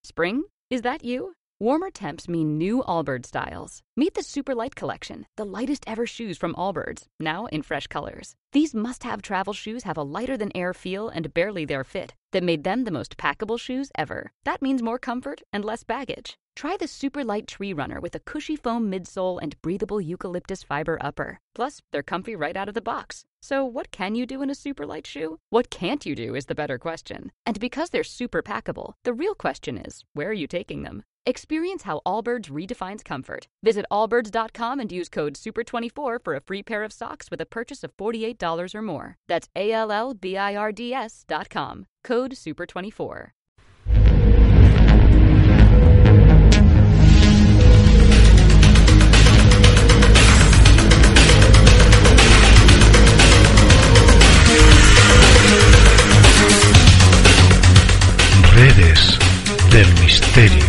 Spring? Is that you? Warmer temps mean new Allbirds styles. Meet the Super Light Collection, the lightest ever shoes from Allbirds, now in fresh colors. These must-have travel shoes have a lighter-than-air feel and barely their fit that made them the most packable shoes ever. That means more comfort and less baggage. Try the Super Light Tree Runner with a cushy foam midsole and breathable eucalyptus fiber upper. Plus, they're comfy right out of the box. So what can you do in a super light shoe? What can't you do is the better question. And because they're super packable, the real question is, where are you taking them? Experience how Allbirds redefines comfort. Visit allbirds.com and use code SUPER24 for a free pair of socks with a purchase of $48 or more. That's ALLBIRDS.com. Code SUPER24. Redes del Misterio.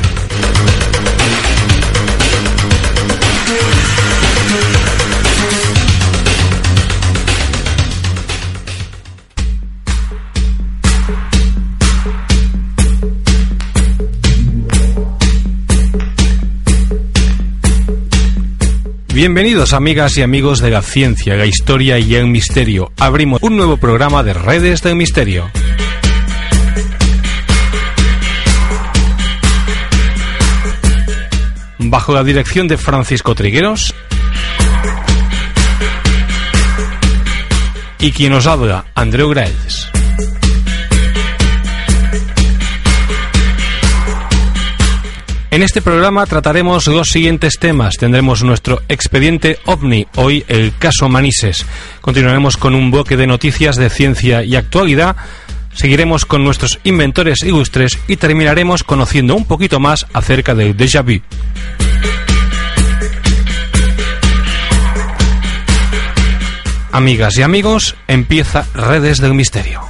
Bienvenidos amigas y amigos de la ciencia, la historia y el misterio. Abrimos un nuevo programa de Redes del Misterio. Bajo la dirección de Francisco Trigueros y quien os habla, Andreu Graells. En este programa trataremos los siguientes temas. Tendremos nuestro expediente OVNI, hoy el caso Manises. Continuaremos con un bloque de noticias de ciencia y actualidad. Seguiremos con nuestros inventores ilustres y terminaremos conociendo un poquito más acerca del déjà vu. Amigas y amigos, empieza Redes del Misterio.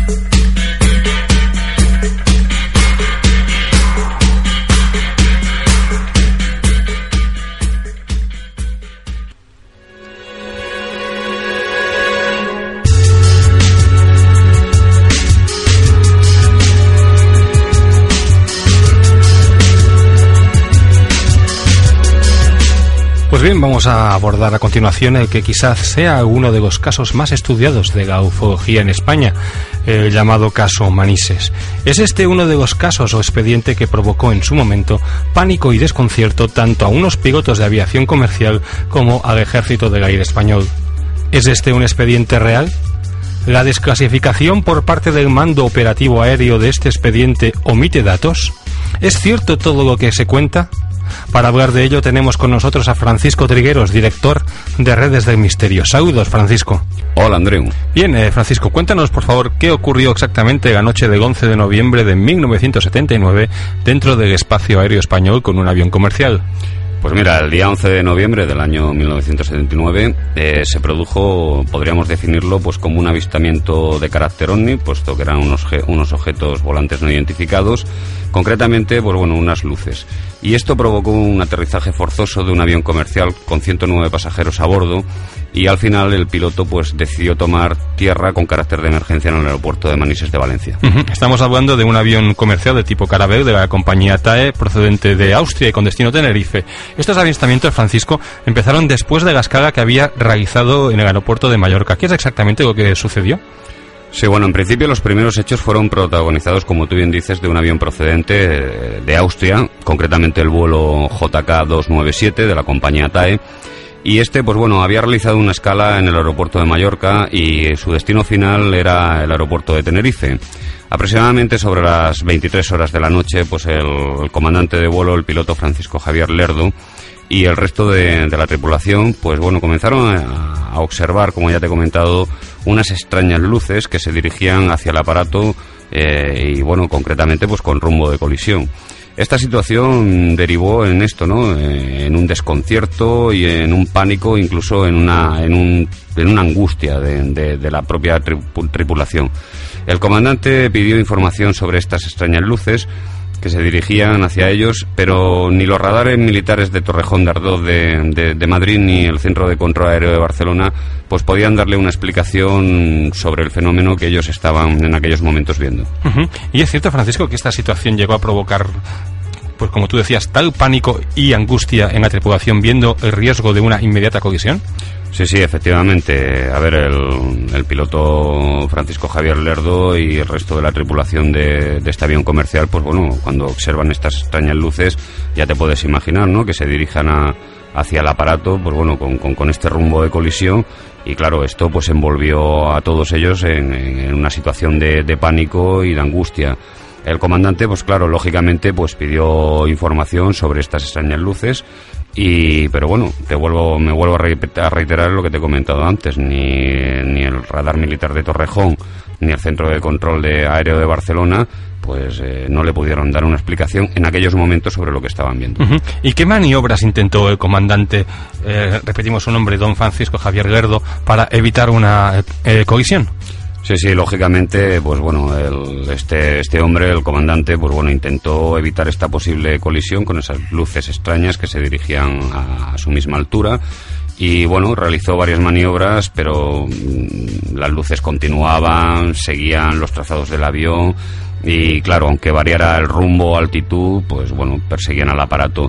Pues bien, vamos a abordar a continuación el que quizás sea uno de los casos más estudiados de la ufología en España, el llamado caso Manises. Es este uno de los casos o expediente que provocó en su momento pánico y desconcierto tanto a unos pilotos de aviación comercial como al Ejército del Aire español. ¿Es este un expediente real? ¿La desclasificación por parte del mando operativo aéreo de este expediente omite datos? ¿Es cierto todo lo que se cuenta? Para hablar de ello tenemos con nosotros a Francisco Trigueros, director de Redes del Misterio. Saludos, Francisco. Hola, Andreu. Bien, Francisco, cuéntanos por favor qué ocurrió exactamente la noche del 11 de noviembre de 1979 dentro del espacio aéreo español con un avión comercial. Pues mira, el día 11 de noviembre del año 1979 se produjo, podríamos definirlo pues como un avistamiento de carácter ovni, puesto que eran unos objetos volantes no identificados, concretamente pues bueno, unas luces. Y esto provocó un aterrizaje forzoso de un avión comercial con 109 pasajeros a bordo y al final el piloto pues decidió tomar tierra con carácter de emergencia en el aeropuerto de Manises de Valencia. Estamos hablando de un avión comercial de tipo Caravelle de la compañía TAE procedente de Austria y con destino Tenerife. Estos avistamientos, Francisco, empezaron después de la escala que había realizado en el aeropuerto de Mallorca. ¿Qué es exactamente lo que sucedió? Sí, bueno, en principio los primeros hechos fueron protagonizados, como tú bien dices, de un avión procedente de Austria, concretamente el vuelo JK297 de la compañía TAE, y este, pues bueno, había realizado una escala en el aeropuerto de Mallorca y su destino final era el aeropuerto de Tenerife. Aproximadamente sobre las 23 horas de la noche, pues el comandante de vuelo, el piloto Francisco Javier Lerdo, y el resto de la tripulación, pues bueno, comenzaron a observar, como ya te he comentado, unas extrañas luces que se dirigían hacia el aparato y bueno, concretamente pues con rumbo de colisión. Esta situación derivó en esto, ¿no? En un desconcierto y en un pánico, incluso en una angustia de la propia tripulación. El comandante pidió información sobre estas extrañas luces que se dirigían hacia ellos, pero ni los radares militares de Torrejón de Ardoz de Madrid ni el Centro de Control Aéreo de Barcelona pues podían darle una explicación sobre el fenómeno que ellos estaban en aquellos momentos viendo. Y es cierto, Francisco, que esta situación llegó a provocar, pues como tú decías, tal pánico y angustia en la tripulación viendo el riesgo de una inmediata colisión. Sí, efectivamente. A ver, el piloto Francisco Javier Lerdo y el resto de la tripulación de este avión comercial, pues bueno, cuando observan estas extrañas luces, ya te puedes imaginar, ¿no?, que se dirijan hacia el aparato, pues bueno, con este rumbo de colisión. Y claro, esto pues envolvió a todos ellos en una situación de pánico y de angustia. El comandante, pues claro, lógicamente, pues pidió información sobre estas extrañas luces. Pero bueno, me vuelvo a reiterar lo que te he comentado antes. Ni el radar militar de Torrejón ni el Centro de Control Aéreo de Barcelona pues no le pudieron dar una explicación en aquellos momentos sobre lo que estaban viendo. ¿Y qué maniobras intentó el comandante, repetimos su nombre, don Francisco Javier Lerdo, para evitar una colisión? Sí, lógicamente, pues bueno, este hombre, el comandante, pues bueno, intentó evitar esta posible colisión con esas luces extrañas que se dirigían a su misma altura. Y bueno, realizó varias maniobras, pero las luces continuaban, seguían los trazados del avión y claro, aunque variara el rumbo o altitud, pues bueno, perseguían al aparato.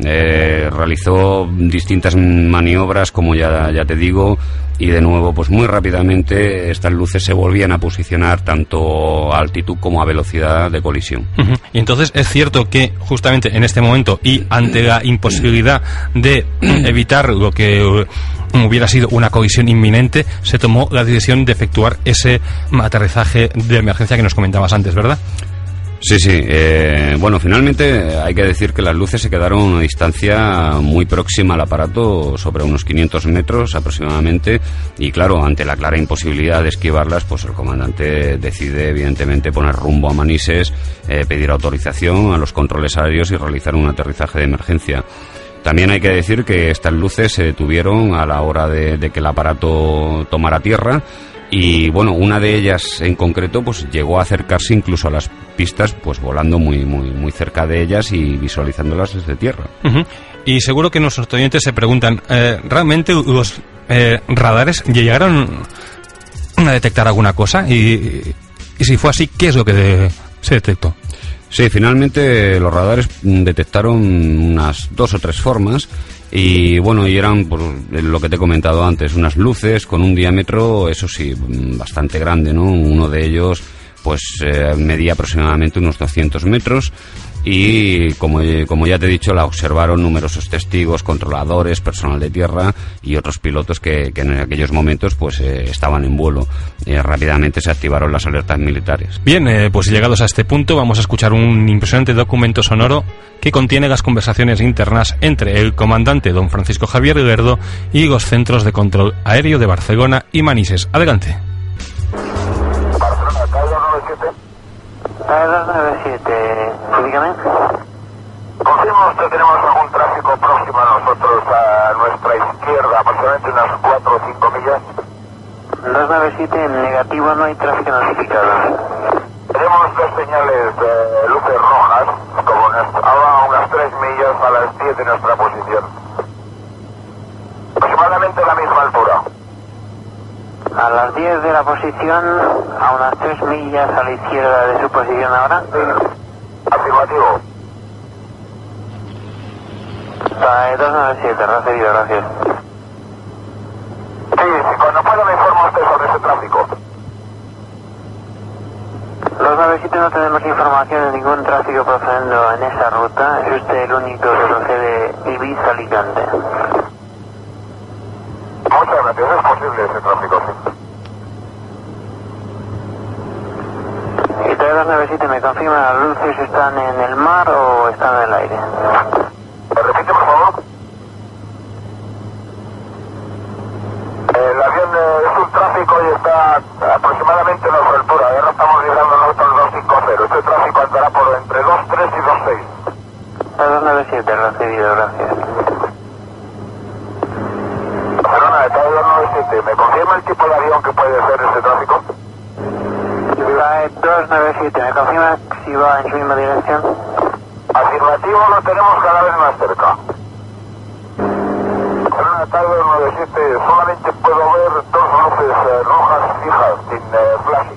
Realizó distintas maniobras, como ya te digo, y de nuevo, pues muy rápidamente estas luces se volvían a posicionar tanto a altitud como a velocidad de colisión. Y entonces es cierto que justamente en este momento y ante la imposibilidad de evitar lo que hubiera sido una colisión inminente, se tomó la decisión de efectuar ese aterrizaje de emergencia que nos comentabas antes, ¿verdad? Sí. Bueno, finalmente hay que decir que las luces se quedaron a una distancia muy próxima al aparato, sobre unos 500 metros aproximadamente, y claro, ante la clara imposibilidad de esquivarlas, pues el comandante decide evidentemente poner rumbo a Manises, pedir autorización a los controles aéreos y realizar un aterrizaje de emergencia. También hay que decir que estas luces se detuvieron a la hora de que el aparato tomara tierra. Y bueno, una de ellas en concreto pues llegó a acercarse incluso a las pistas, pues volando muy cerca de ellas y visualizándolas desde tierra. Y seguro que nuestros oyentes se preguntan, ¿realmente los radares llegaron a detectar alguna cosa? Y si fue así, ¿qué es lo que se detectó? Sí, finalmente los radares detectaron unas 2 o 3 formas. Y bueno, y eran, por lo que te he comentado antes, unas luces con un diámetro, eso sí, bastante grande, ¿no? Uno de ellos pues medía aproximadamente unos 200 metros y como ya te he dicho, la observaron numerosos testigos, controladores, personal de tierra y otros pilotos que en aquellos momentos pues estaban en vuelo. Rápidamente se activaron las alertas militares. Bien, pues llegados a este punto vamos a escuchar un impresionante documento sonoro que contiene las conversaciones internas entre el comandante don Francisco Javier Lerdo y los Centros de Control Aéreo de Barcelona y Manises. Adelante. Barcelona, 297, dígame. Confirmo que tenemos algún tráfico próximo a nosotros, a nuestra izquierda, aproximadamente unas 4 o 5 millas. 297, en negativo, no hay tráfico notificado. Tenemos 2 señales de luces rojas, como a unas 3 millas a las 10 de nuestra posición. Aproximadamente a la misma altura. A las 10 de la posición, a unas 3 millas a la izquierda de su posición ahora. Afirmativo. 297, recibido, gracias. Sí, cuando pueda me informa usted sobre ese tráfico. 297, no tenemos información de ningún tráfico procediendo en esa ruta. Es usted el único que procede Ibiza-Alicante. Muchas gracias, es posible ese tráfico, sí. Y 297, ¿me confirma las luces están en el mar o están en el aire? ¿Me repite, por favor? El avión es un tráfico y está aproximadamente a nuestra altura. Ahora estamos librando nosotros 250. Este tráfico andará por entre 23 y 26. 297, recibido, gracias. Barcelona, de 297, ¿me confirma el tipo de avión que puede ser ese tráfico? TAE 297, ¿me confirma si va en su misma dirección? Afirmativo, lo tenemos cada vez más cerca. En una TAE 297 solamente puedo ver dos luces rojas fijas, sin flashing.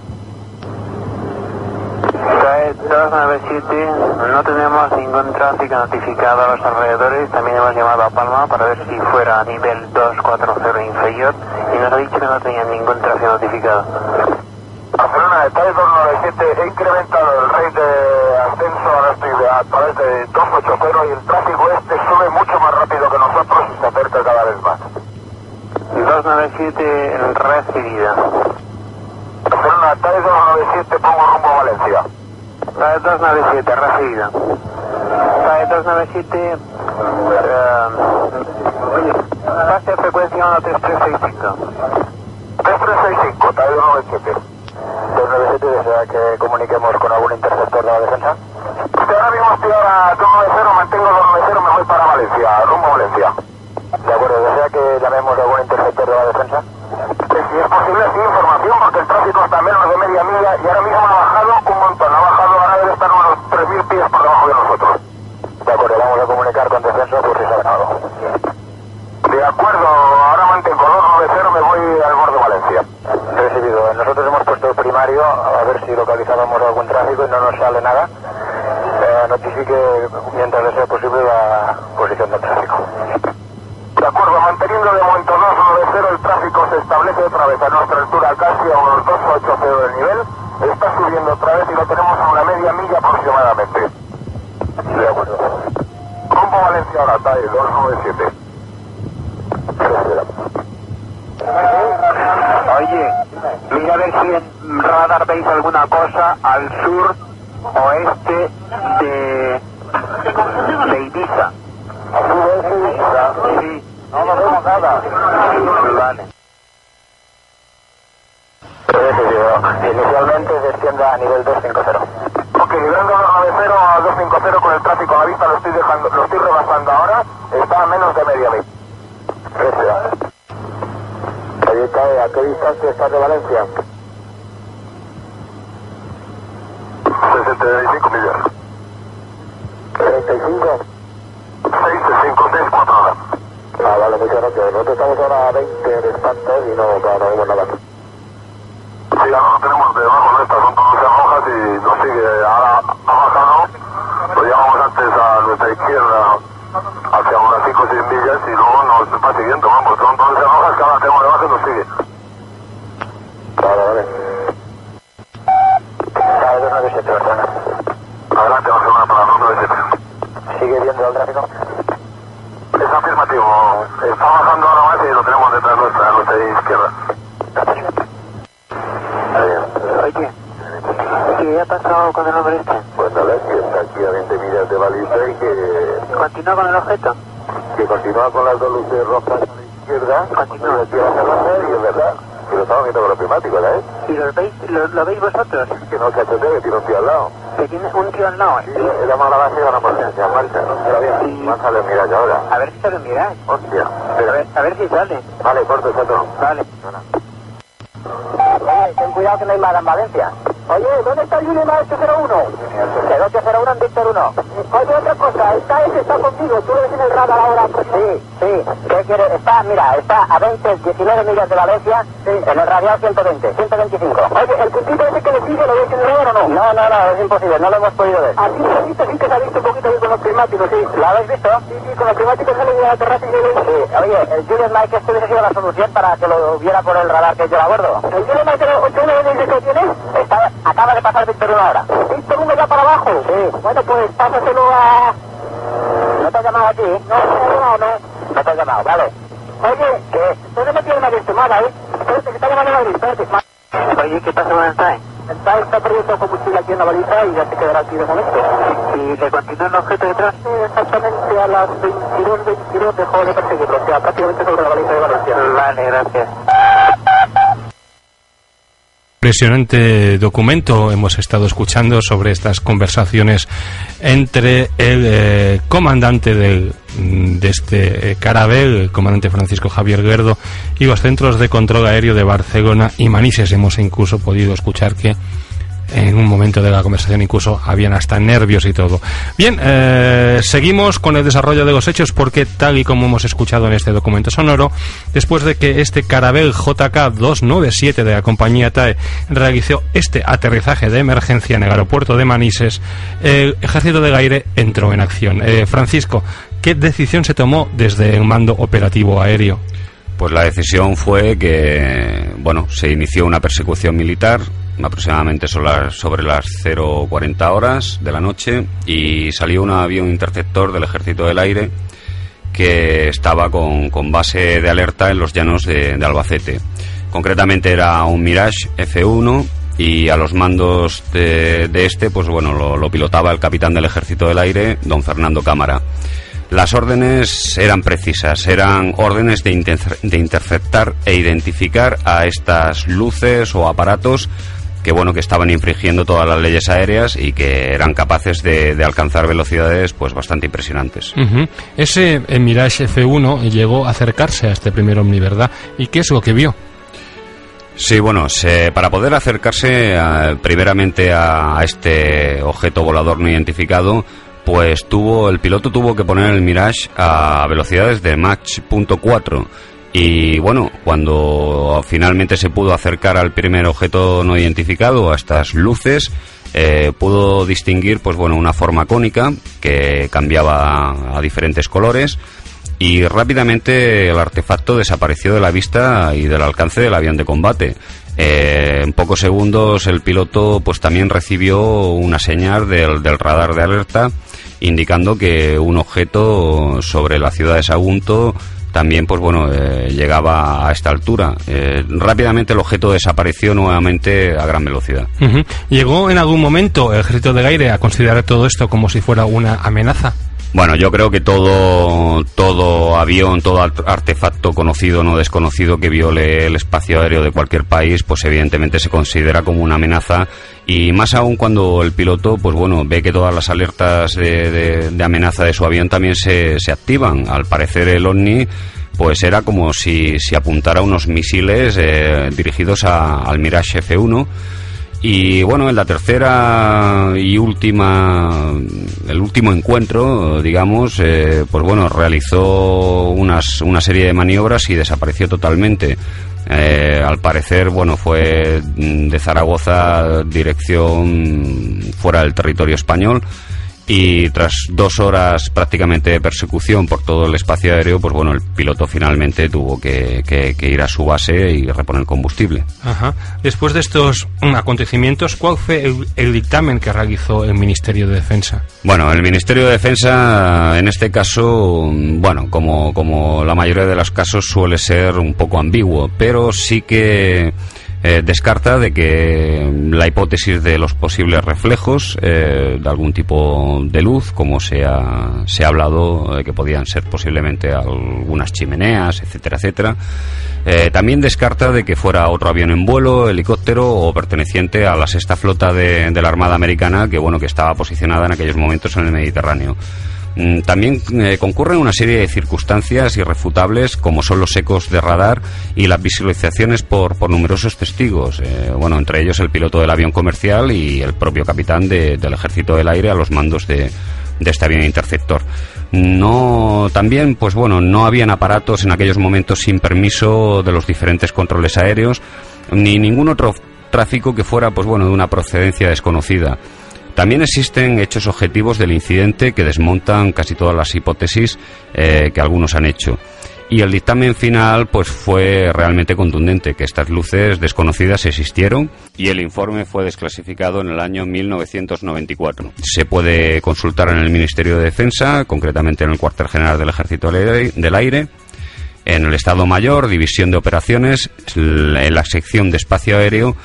TAE 297, no tenemos ningún tráfico notificado a los alrededores. También hemos llamado a Palma para ver si fuera a nivel 240 inferior y nos ha dicho que no tenía ningún tráfico notificado. Barcelona, TAE 297, he incrementado el rate de ascenso a través de 280 y el tráfico sube mucho más rápido que nosotros y se acerca cada vez más. 297 recibida. Barcelona, TAE 297, pongo rumbo a Valencia. TAE 297 recibida. TAE 297, pase a frecuencia 13365. 3365, TAE 297. 297, ¿desea que comuniquemos con algún interceptor de la defensa? Usted ahora mismo estoy a 290, mantengo 290, me voy para Valencia, rumbo a Valencia. De acuerdo, ¿desea que llamemos a algún interceptor de la defensa? Si es posible, sí, información, porque el tráfico está a menos de media milla y ahora mismo ha bajado un montón, ha bajado, ahora debe estar unos 3.000 pies por debajo de nosotros. De acuerdo, vamos a comunicar con defensa por si saben algo. De acuerdo, ahora mantengo 290, me voy al borde de Valencia. Recibido, nosotros hemos puesto el primario a ver si localizábamos algún tráfico y no nos sale nada. Notifique mientras le sea posible la posición del tráfico. De acuerdo, manteniendo de momento 290, el tráfico se establece otra vez a nuestra altura, casi a unos 280 del nivel. Está subiendo otra vez y lo tenemos a una media milla aproximadamente. De acuerdo. Rumbo Valencia ahora, TAE 297. Oye, mira a ver si en radar veis alguna cosa al sur oeste de Ibiza. Sí. No vemos nada. Vale. Inicialmente descienda a nivel 250. Ok, nivel 290 a 250 con el tráfico a la vista, lo estoy rebasando ahora, está a menos de media milla. Oye, TAE, ¿a qué distancia estás de Valencia? 65 millas. 35. 6 horas. Ah, vale, muchas gracias. Nosotros estamos ahora a 20 de espanto y no vemos nada. Sí, ahora lo tenemos debajo nuestra, son todas luces rojas y nos sigue. Ahora ha bajado, lo llevamos antes a nuestra izquierda hacia unas 5 o 6 millas y luego nos va siguiendo, vamos, son todas luces rojas que ahora tenemos debajo y nos sigue. Vale. TAE 297, Barcelona. Adelante, Barcelona, para 297. ¿Sigue viendo el tráfico? Es afirmativo, está bajando ahora más y lo tenemos detrás nuestra, a nuestra izquierda. Oye, ¿qué ha pasado con el hombre este? Pues nada, que está aquí a 20 millas de baliza y ¿Continúa con el objeto? que continúa con las dos luces rojas a la izquierda. Continúa. Y aquí a la derecha, y es verdad, que lo estamos viendo con los prismáticos, ¿eh? ¿Y lo veis vosotros? Que no cachoteo, que tiene un tío al lado. Que tiene un tío al lado. Sí, le damos a la base y van a potencia, marcha. Pero bien, más sale, mira yo ahora. A ver si se lo miráis. Hostia. A ver si sale. Vale, corto, chato. Vale. Oye, ten cuidado que no hay mala en Valencia. Oye, ¿dónde está el Unima 801? El 801 en Víctor 1. Oye, otra cosa, está contigo, tú lo ves en el radar ahora. Sí. ¿Qué quiere? Está a 19 millas de Valencia, en el radial 125. Oye, ¿el puntito ese que le sigue lo ves en el radar o no? No, es imposible, no lo hemos podido ver. Así se ha visto, sí que se ha visto un poquito ahí con los prismáticos, sí. ¿Lo habéis visto? Sí, con los prismáticos sale de la terraza y de ahí. Sí, oye, el Julius Mike este hubiese sido la solución para que lo viera por el radar que yo a bordo. ¿El Julius Mike 801 dice que tiene? Acaba de pasar Víctor 1 ahora. ¿Víctor 1 ya para abajo? Sí. Bueno, pues pásaselo a... ¿No te has llamado aquí? No te has llamado, vale. Oye, ¿qué? ¿Dónde me tiene una llamada, Espérate, que está llamando a Madrid, espérate. Oye, ¿qué pasa con el TAE? El TAE está perdiendo combustible aquí en la baliza y ya se quedará aquí de momento. ¿Y le continúa el objeto detrás? Exactamente a las 22 dejó de perseguirlo, o sea, prácticamente sobre la baliza de Valencia. Vale, gracias. Impresionante documento hemos estado escuchando sobre estas conversaciones entre el comandante de este Caravelle, el comandante Francisco Javier Guerdo, y los centros de control aéreo de Barcelona y Manises. Hemos incluso podido escuchar que en un momento de la conversación incluso habían hasta nervios y todo. Bien, seguimos con el desarrollo de los hechos, porque tal y como hemos escuchado en este documento sonoro, después de que este Caravelle JK297 de la compañía TAE realizó este aterrizaje de emergencia en el aeropuerto de Manises, el Ejército del Aire entró en acción. Francisco, ¿qué decisión se tomó desde el mando operativo aéreo? Pues la decisión fue que, bueno, se inició una persecución militar aproximadamente sobre las 0:40 horas de la noche, y salió un avión interceptor del Ejército del Aire que estaba con base de alerta en los llanos de Albacete. Concretamente era un Mirage F1, y a los mandos de este, pues bueno, lo pilotaba el capitán del Ejército del Aire, don Fernando Cámara. Las órdenes eran precisas, eran órdenes de interceptar e identificar a estas luces o aparatos que, bueno, que estaban infringiendo todas las leyes aéreas y que eran capaces de alcanzar velocidades pues bastante impresionantes. Ese Mirage F1 llegó a acercarse a este primer Omni, ¿verdad? ¿Y qué es lo que vio? Sí, bueno, para poder acercarse primeramente a este objeto volador no identificado, pues el piloto tuvo que poner el Mirage a velocidades de Mach 0.4. Y bueno, cuando finalmente se pudo acercar al primer objeto no identificado, a estas luces, pudo distinguir pues bueno, una forma cónica que cambiaba a diferentes colores, y rápidamente el artefacto desapareció de la vista y del alcance del avión de combate. En pocos segundos el piloto pues también recibió una señal del radar de alerta indicando que un objeto sobre la ciudad de Sagunto también pues bueno llegaba a esta altura. Rápidamente el objeto desapareció nuevamente a gran velocidad. ¿Llegó en algún momento el Ejército del Aire a considerar todo esto como si fuera una amenaza? Bueno, yo creo que todo avión, todo artefacto conocido o no desconocido que viole el espacio aéreo de cualquier país, pues evidentemente se considera como una amenaza, y más aún cuando el piloto, pues bueno, ve que todas las alertas de amenaza de su avión también se activan. Al parecer el Omni pues era como si apuntara unos misiles dirigidos al Mirage F1. Y bueno, en la tercera y el último encuentro, digamos, pues bueno, realizó una serie de maniobras y desapareció totalmente. Al parecer, bueno, fue de Zaragoza dirección fuera del territorio español, y tras 2 horas prácticamente de persecución por todo el espacio aéreo, pues bueno, el piloto finalmente tuvo que ir a su base y reponer combustible. Después de estos acontecimientos, ¿cuál fue el dictamen que realizó el Ministerio de Defensa? Bueno, el Ministerio de Defensa, en este caso, bueno, como la mayoría de los casos, suele ser un poco ambiguo, pero sí que descarta de que la hipótesis de los posibles reflejos de algún tipo de luz, como se ha hablado, que podían ser posiblemente algunas chimeneas, etcétera, etcétera. También descarta de que fuera otro avión en vuelo, helicóptero o perteneciente a la sexta flota de la Armada Americana, que bueno, que estaba posicionada en aquellos momentos en el Mediterráneo. También concurren una serie de circunstancias irrefutables, como son los ecos de radar y las visualizaciones por numerosos testigos, bueno, entre ellos el piloto del avión comercial y el propio capitán del Ejército del Aire a los mandos de este avión interceptor. También, pues bueno, no habían aparatos en aquellos momentos sin permiso de los diferentes controles aéreos, ni ningún otro tráfico que fuera, pues bueno, de una procedencia desconocida. También existen hechos objetivos del incidente que desmontan casi todas las hipótesis que algunos han hecho. Y el dictamen final pues fue realmente contundente, que estas luces desconocidas existieron, y el informe fue desclasificado en el año 1994. Se puede consultar en el Ministerio de Defensa, concretamente en el Cuartel General del Ejército del Aire, en el Estado Mayor, División de Operaciones, en la sección de Espacio Aéreo,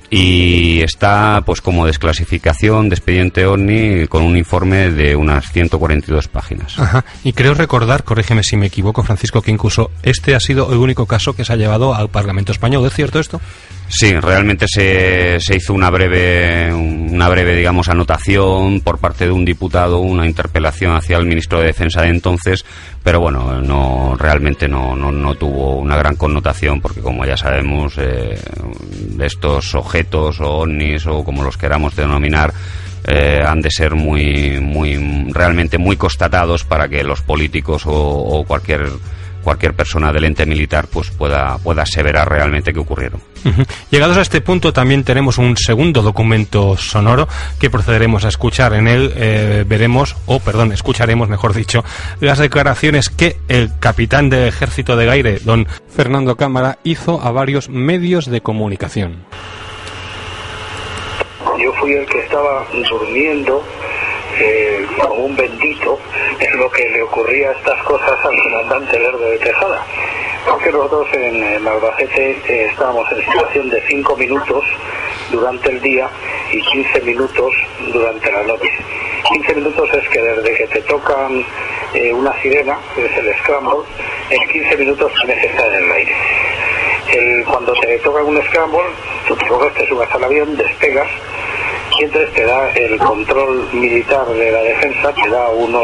y está pues como desclasificación de expediente Omni con un informe de unas 142 páginas. Y creo recordar, corrígeme si me equivoco, Francisco, que incluso este ha sido el único caso que se ha llevado al Parlamento español. ¿Es cierto esto? Sí, realmente se hizo una breve, digamos, anotación por parte de un diputado, una interpelación hacia el ministro de Defensa de entonces, pero bueno, realmente no tuvo una gran connotación, porque como ya sabemos, estos objetos o ovnis o como los queramos denominar, han de ser realmente muy constatados para que los políticos o cualquier persona del ente militar pues pueda aseverar realmente qué ocurrieron. Llegados a este punto, también tenemos un segundo documento sonoro que procederemos a escuchar. En él escucharemos, mejor dicho, las declaraciones que el capitán del Ejército de Gaire, don Fernando Cámara, hizo a varios medios de comunicación. Yo fui el que estaba durmiendo como un bendito en lo que le ocurría estas cosas al comandante Lerdo de Tejada, porque nosotros en Albacete estábamos en situación de 5 minutos durante el día y 15 minutos durante la noche. 15 minutos es que desde que te tocan una sirena, que es el scramble, en 15 minutos tienes que estar en el aire. Cuando te tocan un scramble, tú te coges, te subes al avión, despegas, y entonces te da el control militar de la defensa, te da un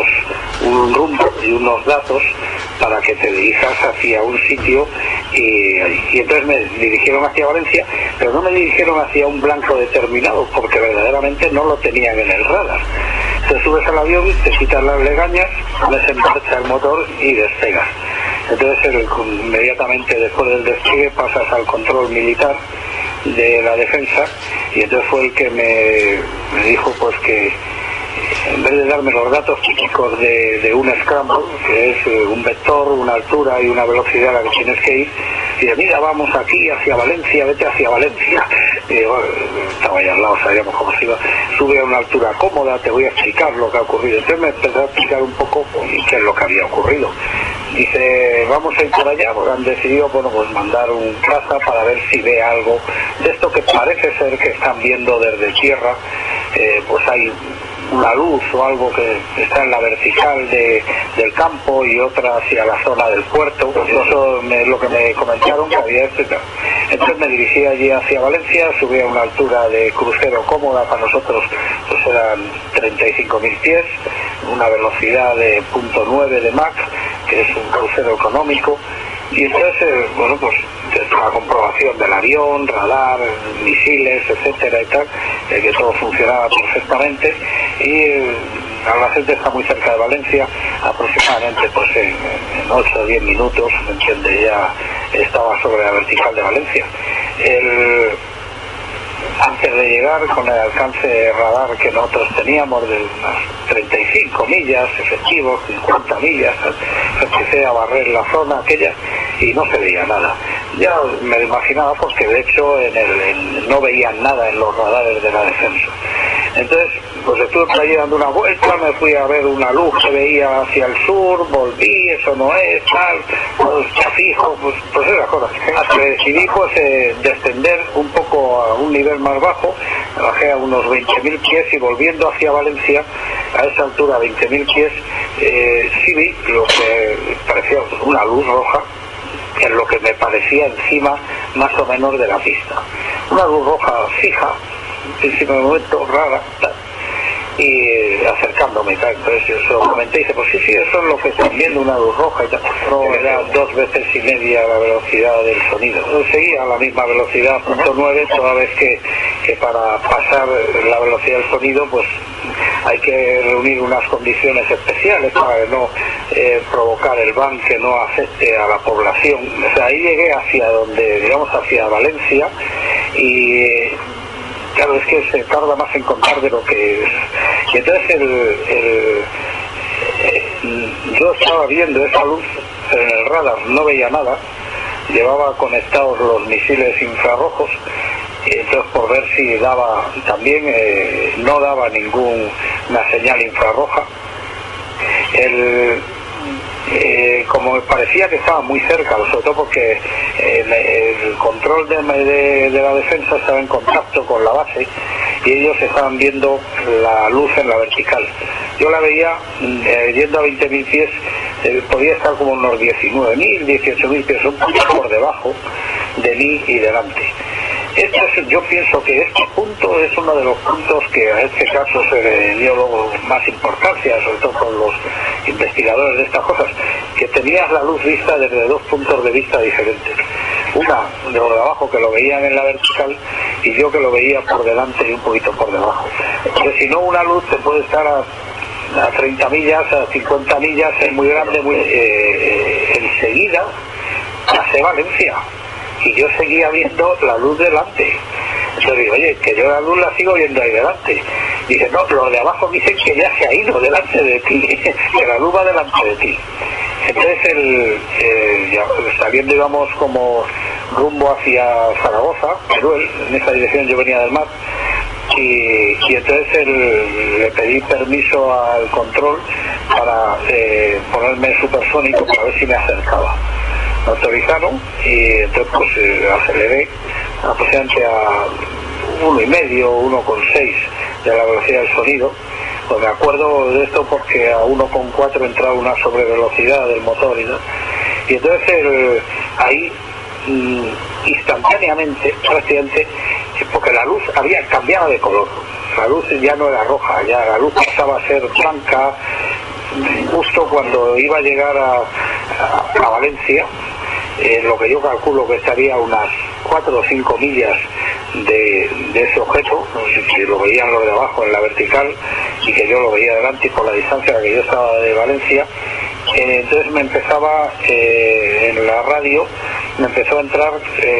rumbo y unos datos para que te dirijas hacia un sitio, y entonces me dirigieron hacia Valencia, pero no me dirigieron hacia un blanco determinado, porque verdaderamente no lo tenían en el radar. Te subes al avión, te quitas las legañas, pones en marcha el motor y despegas. Entonces inmediatamente después del despegue pasas al control militar de la defensa, y entonces fue el que me dijo pues que en vez de darme los datos típicos de un scramble, que es un vector, una altura y una velocidad a la que tienes que ir, y de mira, vamos aquí hacia Valencia, vete hacia Valencia, y bueno, estaba ahí al lado, sabíamos cómo se iba, sube a una altura cómoda, te voy a explicar lo que ha ocurrido. Entonces me empezó a explicar un poco qué es lo que había ocurrido. Dice, vamos a ir por allá, porque han decidido, pues mandar un caza para ver si ve algo de esto que parece ser que están viendo desde tierra. Pues hay una luz o algo que está en la vertical del campo y otra hacia la zona del puerto. Eso es lo que me comentaron que había esto y tal. Entonces me dirigí allí hacia Valencia, subí a una altura de crucero cómoda para nosotros, pues eran 35.000 pies, una velocidad de 0.9 de Mach, que es un crucero económico. Y entonces, pues la comprobación del avión, radar, misiles, etcétera y tal, que todo funcionaba perfectamente. Y Albacete está muy cerca de Valencia, aproximadamente pues en 8 o 10 minutos, ¿me entiende? Ya estaba sobre la vertical de Valencia. Antes de llegar, con el alcance de radar que nosotros teníamos de unas 35 millas efectivos, 50 millas, empecé a barrer la zona aquella y no se veía nada. Ya me lo imaginaba porque de hecho no veían nada en los radares de la defensa. Entonces, pues estuve por allí dando una vuelta, me fui a ver una luz que veía hacia el sur, volví, eso no es, tal, pues ya fijo, pues esas cosas. Hasta que decidí pues descender un poco a un nivel más bajo, bajé a unos 20.000 pies y volviendo hacia Valencia, a esa altura, 20.000 pies, sí vi lo que parecía una luz roja, que es lo que me parecía encima más o menos de la pista. Una luz roja fija, en principio de momento rara, y acercándome y tal. Entonces yo se lo comenté y dice, pues sí, eso es lo que están viendo, una luz roja y tal. No, era 2 veces y media la velocidad del sonido. Seguía a la misma velocidad, 0.9, toda vez que para pasar la velocidad del sonido, pues hay que reunir unas condiciones especiales para no provocar el ban que no afecte a la población. O sea, ahí llegué hacia donde, digamos, hacia Valencia, y claro, es que se tarda más en contar de lo que es. Y entonces yo estaba viendo esa luz en el radar, no veía nada, llevaba conectados los misiles infrarrojos, y entonces por ver si daba, también no daba ninguna señal infrarroja. Como me parecía que estaba muy cerca, sobre todo porque el control de la defensa estaba en contacto con la base y ellos estaban viendo la luz en la vertical. Yo la veía yendo a 20.000 pies, podía estar como unos 19.000, 18.000 pies, un poco por debajo de mí y delante. yo pienso que este punto es uno de los puntos que a este caso se le dio luego más importancia, sobre todo con los investigadores de estas cosas, que tenías la luz vista desde dos puntos de vista diferentes. Una de los de abajo, que lo veían en la vertical, y yo que lo veía por delante y un poquito por debajo. Porque si no, una luz te puede estar a 30 millas, a 50 millas, es muy grande, enseguida pasé Valencia y yo seguía viendo la luz delante. Entonces digo, oye, que yo la luz la sigo viendo ahí delante. Dice, no, los de abajo dicen que ya se ha ido delante de ti, que la luz va delante de ti. Entonces ya saliendo íbamos como rumbo hacia Zaragoza, Teruel, en esa dirección yo venía del mar, y entonces le pedí permiso al control para ponerme supersónico para ver si me acercaba. Me autorizaron y entonces pues aceleré aproximadamente a 1,5, 1,6 de la velocidad del sonido. Pues me acuerdo de esto porque a 1,4 entraba una sobrevelocidad del motor y entonces ahí instantáneamente, prácticamente, porque la luz había cambiado de color, la luz ya no era roja, ya la luz pasaba a ser blanca. Justo cuando iba a llegar a Valencia, lo que yo calculo que estaría a unas 4 o 5 millas de ese objeto, no sé si lo veían los de abajo en la vertical y que yo lo veía delante, y por la distancia a la que yo estaba de Valencia, entonces me empezaba en la radio, me empezó a entrar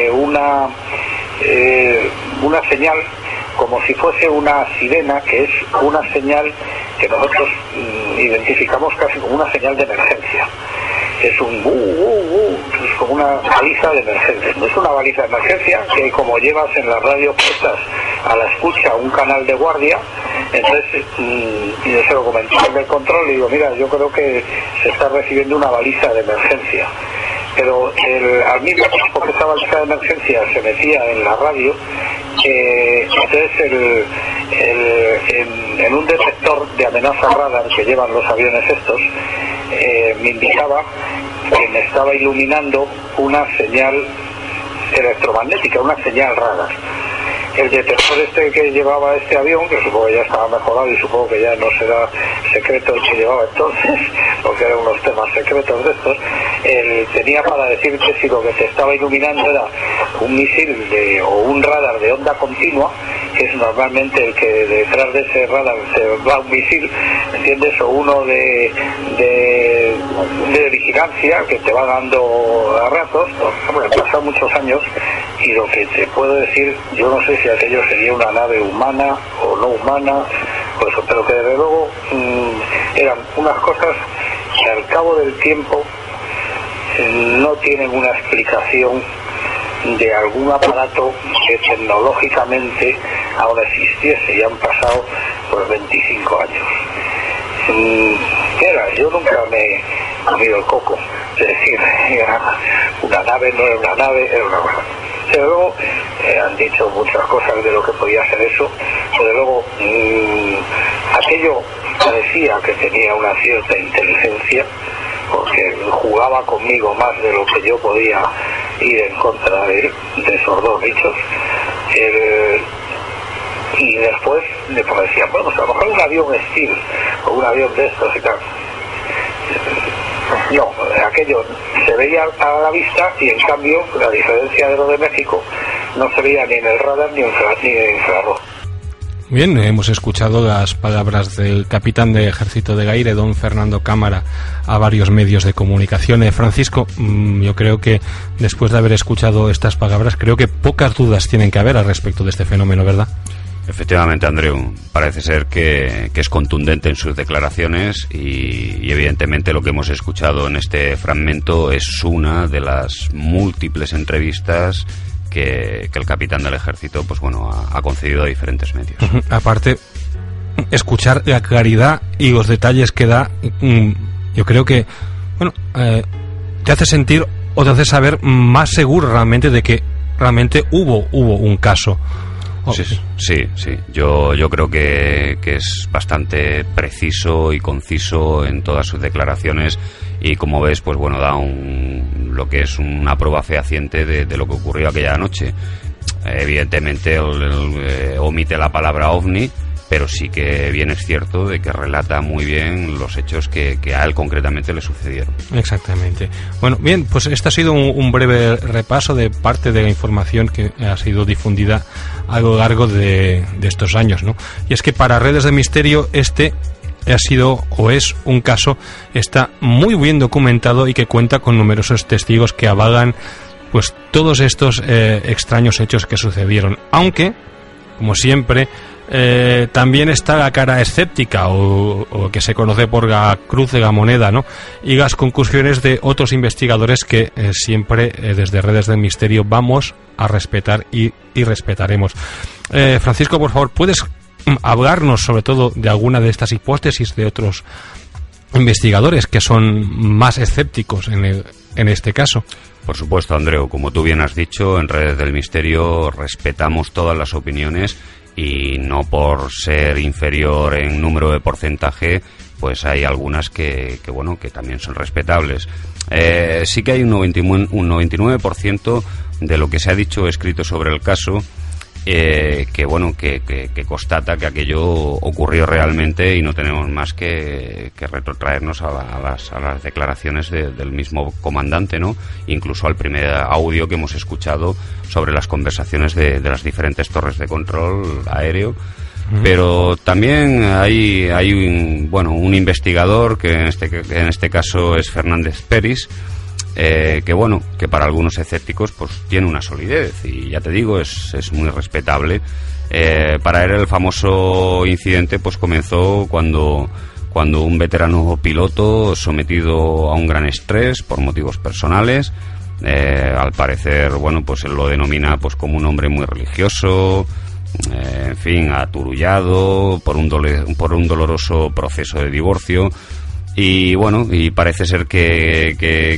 una señal como si fuese una sirena, que es una señal que nosotros identificamos casi como una señal de emergencia. Es un es como una baliza de emergencia. No es una baliza de emergencia que, como llevas en las radios puestas a la escucha un canal de guardia, entonces yo se lo comenté al del control y digo, mira, yo creo que se está recibiendo una baliza de emergencia. Pero al mismo tiempo que esa baliza de emergencia se metía en la radio, entonces en un detector de amenaza radar que llevan los aviones estos, me indicaba que me estaba iluminando una señal electromagnética, una señal radar. El detector que llevaba este avión, que supongo que ya estaba mejorado y supongo que ya no será secreto el que llevaba entonces, porque eran unos temas secretos de estos, él tenía para decirte si lo que te estaba iluminando era un misil o un radar de onda continua, que es normalmente el que detrás de ese radar se va un misil, ¿entiendes? O uno de vigilancia que te va dando a ratos. Bueno, han pasado muchos años y lo que te puedo decir, yo no sé si aquello sería una nave humana o no humana, pues, pero que desde luego eran unas cosas que al cabo del tiempo no tienen una explicación de algún aparato que tecnológicamente ahora existiese, y han pasado pues 25 años. Yo nunca me he comido el coco, es decir, era una nave, no era una nave, era una cosa. Pero luego han dicho muchas cosas de lo que podía ser eso, pero luego aquello parecía que tenía una cierta inteligencia, porque jugaba conmigo más de lo que yo podía ir en contra de esos dos bichos. Y después le decían, bueno, pues a lo mejor un avión Steel o un avión de estos y tal. No, aquello se veía a la vista, y en cambio, la diferencia de lo de México, no se veía ni en el radar ni en infrarrojo. Bien, hemos escuchado las palabras del capitán de Ejército de Gaire, don Fernando Cámara, a varios medios de comunicación. Francisco, yo creo que después de haber escuchado estas palabras, creo que pocas dudas tienen que haber al respecto de este fenómeno, ¿verdad? Efectivamente, Andreu, parece ser que es contundente en sus declaraciones y evidentemente lo que hemos escuchado en este fragmento es una de las múltiples entrevistas que el capitán del ejército pues bueno ha concedido a diferentes medios. Aparte, escuchar la claridad y los detalles que da, yo creo que bueno, te hace sentir o te hace saber más seguro realmente de que realmente hubo un caso. Sí. Yo creo que es bastante preciso y conciso en todas sus declaraciones, y como ves, pues bueno, da lo que es una prueba fehaciente de lo que ocurrió aquella noche. Evidentemente omite la palabra ovni, pero sí que bien es cierto de que relata muy bien los hechos que a él concretamente le sucedieron. Exactamente. Bueno, bien, pues este ha sido un breve repaso de parte de la información que ha sido difundida a lo largo de estos años, ¿no? Y es que para Redes de Misterio este ha sido o es un caso, está muy bien documentado y que cuenta con numerosos testigos que avalan pues todos estos extraños hechos que sucedieron, aunque, como siempre, también está la cara escéptica o que se conoce por la cruz de la moneda, ¿no? Y las conclusiones de otros investigadores que siempre desde Redes del Misterio vamos a respetar y respetaremos. Francisco, por favor, ¿puedes hablarnos sobre todo de alguna de estas hipótesis de otros investigadores que son más escépticos en este caso? Por supuesto, Andreu, como tú bien has dicho, en Redes del Misterio respetamos todas las opiniones y no por ser inferior en número de porcentaje, pues hay algunas que también son respetables. Sí que hay un 99% de lo que se ha dicho o escrito sobre el caso que constata que aquello ocurrió realmente y no tenemos más que retrotraernos a las declaraciones del mismo comandante, ¿no? Incluso al primer audio que hemos escuchado sobre las conversaciones de las diferentes torres de control aéreo. Pero también hay un investigador que en este caso es Fernández Peris, que para algunos escépticos pues tiene una solidez y ya te digo es muy respetable. Para él el famoso incidente pues comenzó cuando un veterano piloto sometido a un gran estrés por motivos personales, al parecer pues él lo denomina pues como un hombre muy religioso, en fin, aturullado por un doloroso proceso de divorcio. Y parece ser que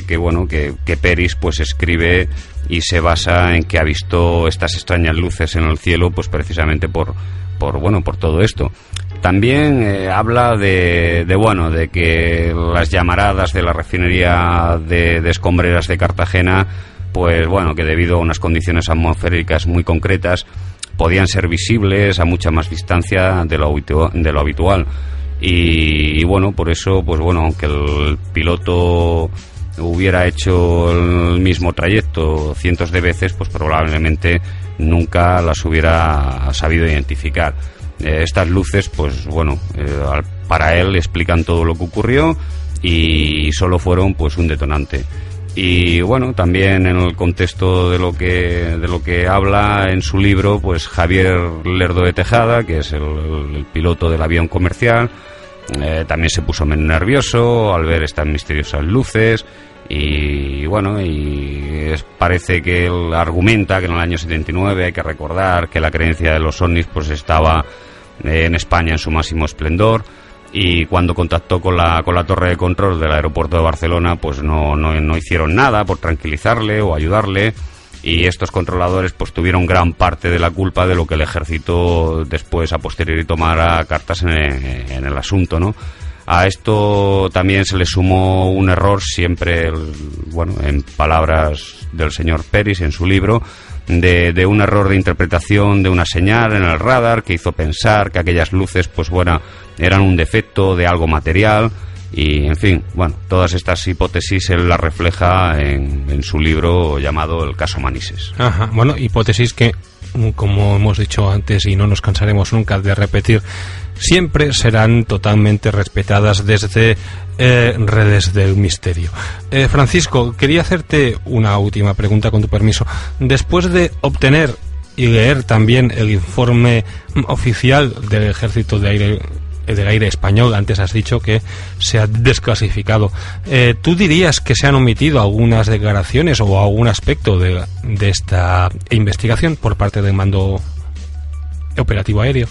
Peris pues escribe y se basa en que ha visto estas extrañas luces en el cielo pues precisamente por todo esto. También habla de que las llamaradas de la refinería de escombreras de Cartagena pues que debido a unas condiciones atmosféricas muy concretas podían ser visibles a mucha más distancia de lo habitual. Y por eso, aunque el piloto hubiera hecho el mismo trayecto cientos de veces, pues probablemente nunca las hubiera sabido identificar. Estas luces, para él explican todo lo que ocurrió y solo fueron pues un detonante. Y también en el contexto de lo que habla en su libro, pues Javier Lerdo de Tejada, que es el piloto del avión comercial, también se puso menos nervioso al ver estas misteriosas luces y parece que él argumenta que en el año 79 hay que recordar que la creencia de los ovnis pues estaba en España en su máximo esplendor. Y cuando contactó con la torre de control del aeropuerto de Barcelona, pues no hicieron nada por tranquilizarle o ayudarle, y estos controladores pues tuvieron gran parte de la culpa de lo que el ejército después a posteriori tomara cartas en el asunto, ¿no? A esto también se le sumó un error siempre, en palabras del señor Peris en su libro, de un error de interpretación de una señal en el radar que hizo pensar que aquellas luces eran un defecto de algo material y, en fin, todas estas hipótesis él las refleja en su libro llamado El caso Manises. Ajá, hipótesis que, como hemos dicho antes y no nos cansaremos nunca de repetir, siempre serán totalmente respetadas desde Redes del Misterio. Francisco, quería hacerte una última pregunta con tu permiso. Después de obtener y leer también el informe oficial del Ejército del Aire Español, antes has dicho que se ha desclasificado, ¿tú dirías que se han omitido algunas declaraciones o algún aspecto de esta investigación por parte del mando operativo aéreo?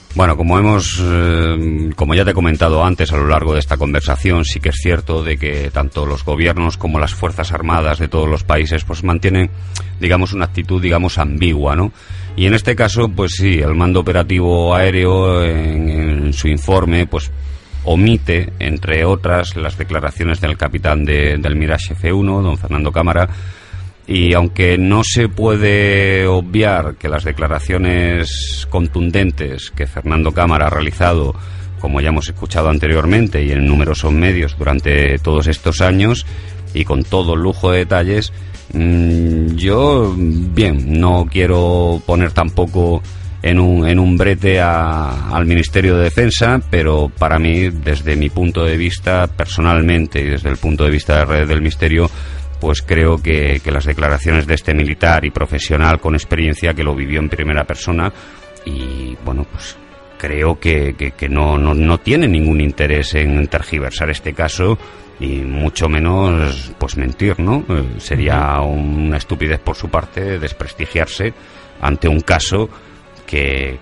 Como ya te he comentado antes a lo largo de esta conversación, sí que es cierto de que tanto los gobiernos como las fuerzas armadas de todos los países pues mantienen, una actitud, ambigua, ¿no? Y en este caso, pues sí, el mando operativo aéreo en su informe, pues omite, entre otras, las declaraciones del capitán del Mirage F1, don Fernando Cámara, Y aunque no se puede obviar que las declaraciones contundentes que Fernando Cámara ha realizado, como ya hemos escuchado anteriormente y en numerosos medios durante todos estos años y con todo lujo de detalles, yo, bien, no quiero poner tampoco en un brete al Ministerio de Defensa, pero para mí, desde mi punto de vista personalmente y desde el punto de vista del Ministerio, pues creo que las declaraciones de este militar y profesional con experiencia que lo vivió en primera persona, y bueno, pues creo que no tiene ningún interés en tergiversar este caso y mucho menos pues mentir, ¿no? Sería una estupidez por su parte desprestigiarse ante un caso que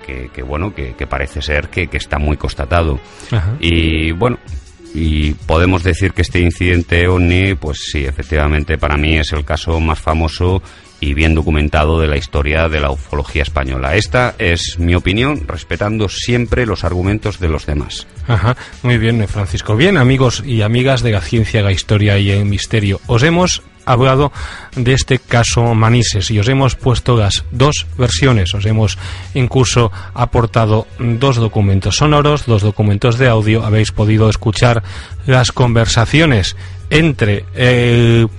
parece ser que está muy constatado. Ajá. Y bueno, y podemos decir que este incidente OVNI, pues sí, efectivamente para mí es el caso más famoso y bien documentado de la historia de la ufología española. Esta es mi opinión, respetando siempre los argumentos de los demás. Ajá, muy bien, Francisco. Bien, amigos y amigas de la ciencia, la historia y el misterio, os hemos hablado de este caso Manises y os hemos puesto las dos versiones, os hemos incluso aportado dos documentos sonoros, dos documentos de audio, habéis podido escuchar las conversaciones entre el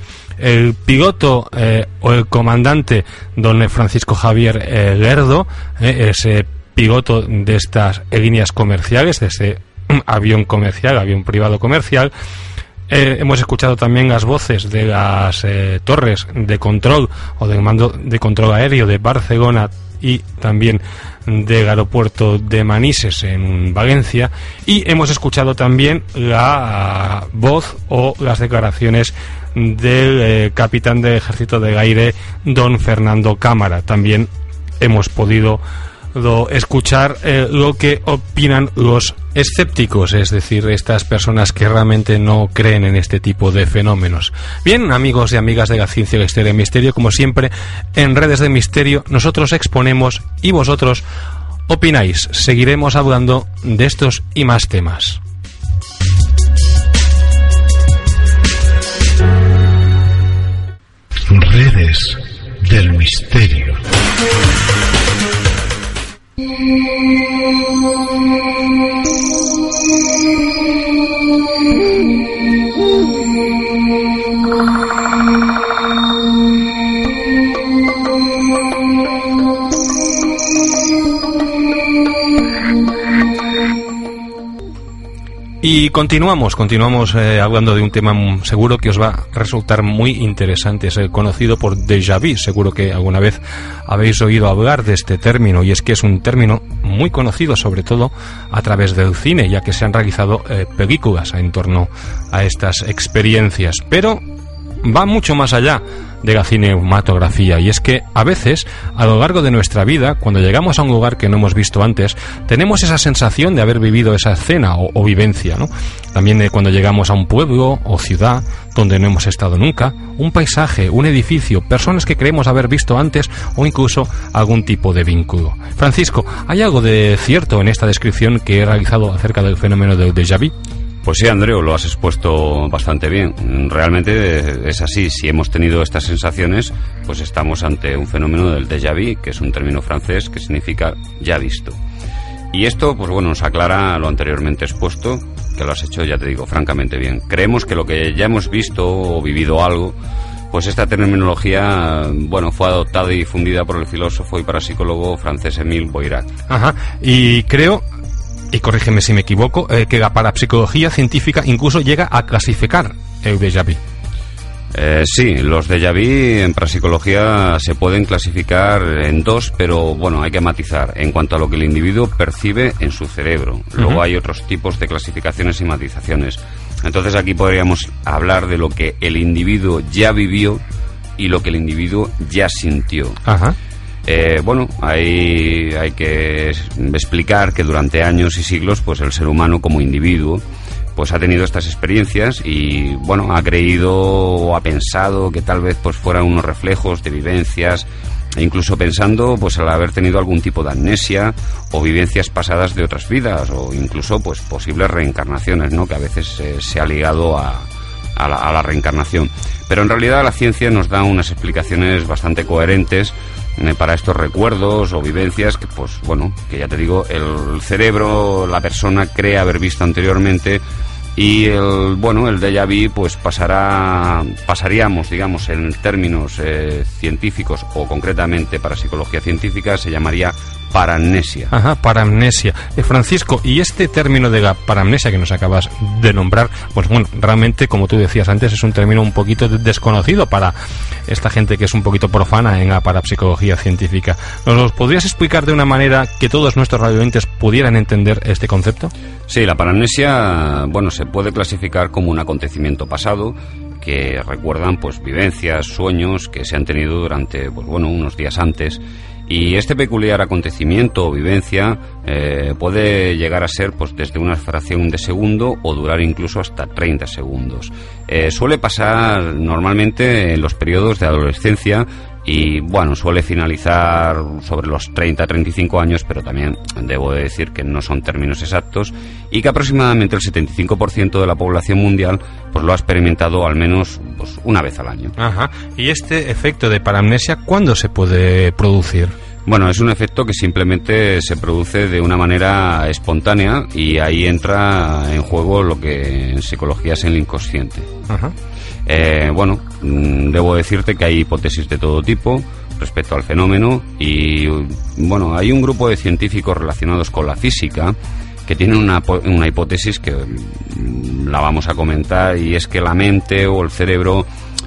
piloto o el comandante don Francisco Javier Lerdo, ese piloto de estas líneas comerciales, de ese avión comercial, avión privado comercial. Hemos escuchado también las voces de las torres de control o del mando de control aéreo de Barcelona y también del aeropuerto de Manises en Valencia, y hemos escuchado también la voz o las declaraciones del capitán del Ejército del Aire don Fernando Cámara. También hemos podido escuchar lo que opinan los escépticos, es decir, estas personas que realmente no creen en este tipo de fenómenos. Bien, amigos y amigas de la ciencia, la historia y el misterio, como siempre, en Redes de Misterio nosotros exponemos y vosotros opináis. Seguiremos hablando de estos y más temas. Redes del Misterio. Y continuamos hablando de un tema seguro que os va a resultar muy interesante. Es el conocido por déjà vu. Seguro que alguna vez habéis oído hablar de este término, y es que es un término muy conocido, sobre todo a través del cine, ya que se han realizado películas en torno a estas experiencias. Pero va mucho más allá de la cinematografía, y es que a veces a lo largo de nuestra vida, cuando llegamos a un lugar que no hemos visto antes, tenemos esa sensación de haber vivido esa escena o vivencia, ¿no? También cuando llegamos a un pueblo o ciudad donde no hemos estado nunca, un paisaje, un edificio, personas que creemos haber visto antes o incluso algún tipo de vínculo. Francisco, ¿hay algo de cierto en esta descripción que he realizado acerca del fenómeno del déjà vu? Pues sí, Andreu, lo has expuesto bastante bien. Realmente es así. Si hemos tenido estas sensaciones, pues estamos ante un fenómeno del déjà vu, que es un término francés que significa ya visto. Y esto, pues bueno, nos aclara lo anteriormente expuesto, que lo has hecho, ya te digo, francamente bien. Creemos que lo que ya hemos visto o vivido algo, pues esta terminología, bueno, fue adoptada y difundida por el filósofo y parapsicólogo francés Émile Boirac. Ajá, y creo, y corrígeme si me equivoco, que la parapsicología científica incluso llega a clasificar el déjà vu. Sí, los déjà vu en parapsicología se pueden clasificar en dos, pero bueno, hay que matizar en cuanto a lo que el individuo percibe en su cerebro. Luego hay otros tipos de clasificaciones y matizaciones. Entonces aquí podríamos hablar de lo que el individuo ya vivió y lo que el individuo ya sintió. Ajá. Bueno, hay que explicar que durante años y siglos, pues el ser humano como individuo pues ha tenido estas experiencias y bueno, ha creído o ha pensado que tal vez pues fueran unos reflejos de vivencias, e incluso pensando pues al haber tenido algún tipo de amnesia o vivencias pasadas de otras vidas, o incluso pues posibles reencarnaciones, ¿no? Que a veces se ha ligado a a la reencarnación. Pero en realidad la ciencia nos da unas explicaciones bastante coherentes para estos recuerdos o vivencias que, pues bueno, que ya te digo, el cerebro, la persona cree haber visto anteriormente. Y el déjà vu, pues pasaríamos, digamos, en términos científicos, o concretamente para psicología científica se llamaría paramnesia. Ajá, paramnesia. Francisco, y este término de la paramnesia que nos acabas de nombrar, pues bueno, realmente, como tú decías antes, es un término un poquito desconocido para esta gente que es un poquito profana en la parapsicología científica. ¿Nos lo podrías explicar de una manera que todos nuestros radioyentes pudieran entender este concepto? Sí, la paramnesia, bueno, se puede clasificar como un acontecimiento pasado que recuerdan pues vivencias, sueños que se han tenido durante pues bueno, unos días antes. Y este peculiar acontecimiento o vivencia puede llegar a ser pues desde una fracción de segundo o durar incluso hasta 30 segundos. Suele pasar normalmente en los periodos de adolescencia y bueno, suele finalizar sobre los 30-35 años, pero también debo de decir que no son términos exactos y que aproximadamente el 75% de la población mundial pues lo ha experimentado al menos pues una vez al año. Ajá. ¿Y este efecto de paramnesia cuándo se puede producir? Bueno, es un efecto que simplemente se produce de una manera espontánea y ahí entra en juego lo que en psicología es el inconsciente. Ajá. Bueno, debo decirte que hay hipótesis de todo tipo respecto al fenómeno y bueno, hay un grupo de científicos relacionados con la física que tienen una hipótesis que la vamos a comentar, y es que la mente o el cerebro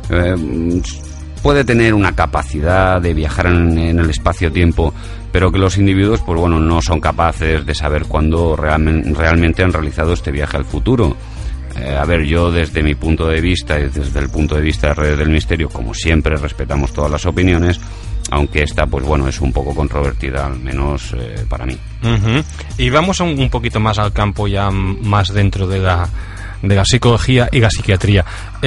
puede tener una capacidad de viajar en el espacio-tiempo, pero que los individuos pues bueno, no son capaces de saber cuándo realmente han realizado este viaje al futuro. A ver, yo desde mi punto de vista y desde el punto de vista de Redes del Misterio, como siempre respetamos todas las opiniones, aunque esta pues bueno, es un poco controvertida, al menos para mí. Uh-huh. Y vamos un poquito más al campo, ya más dentro de la psicología y la psiquiatría.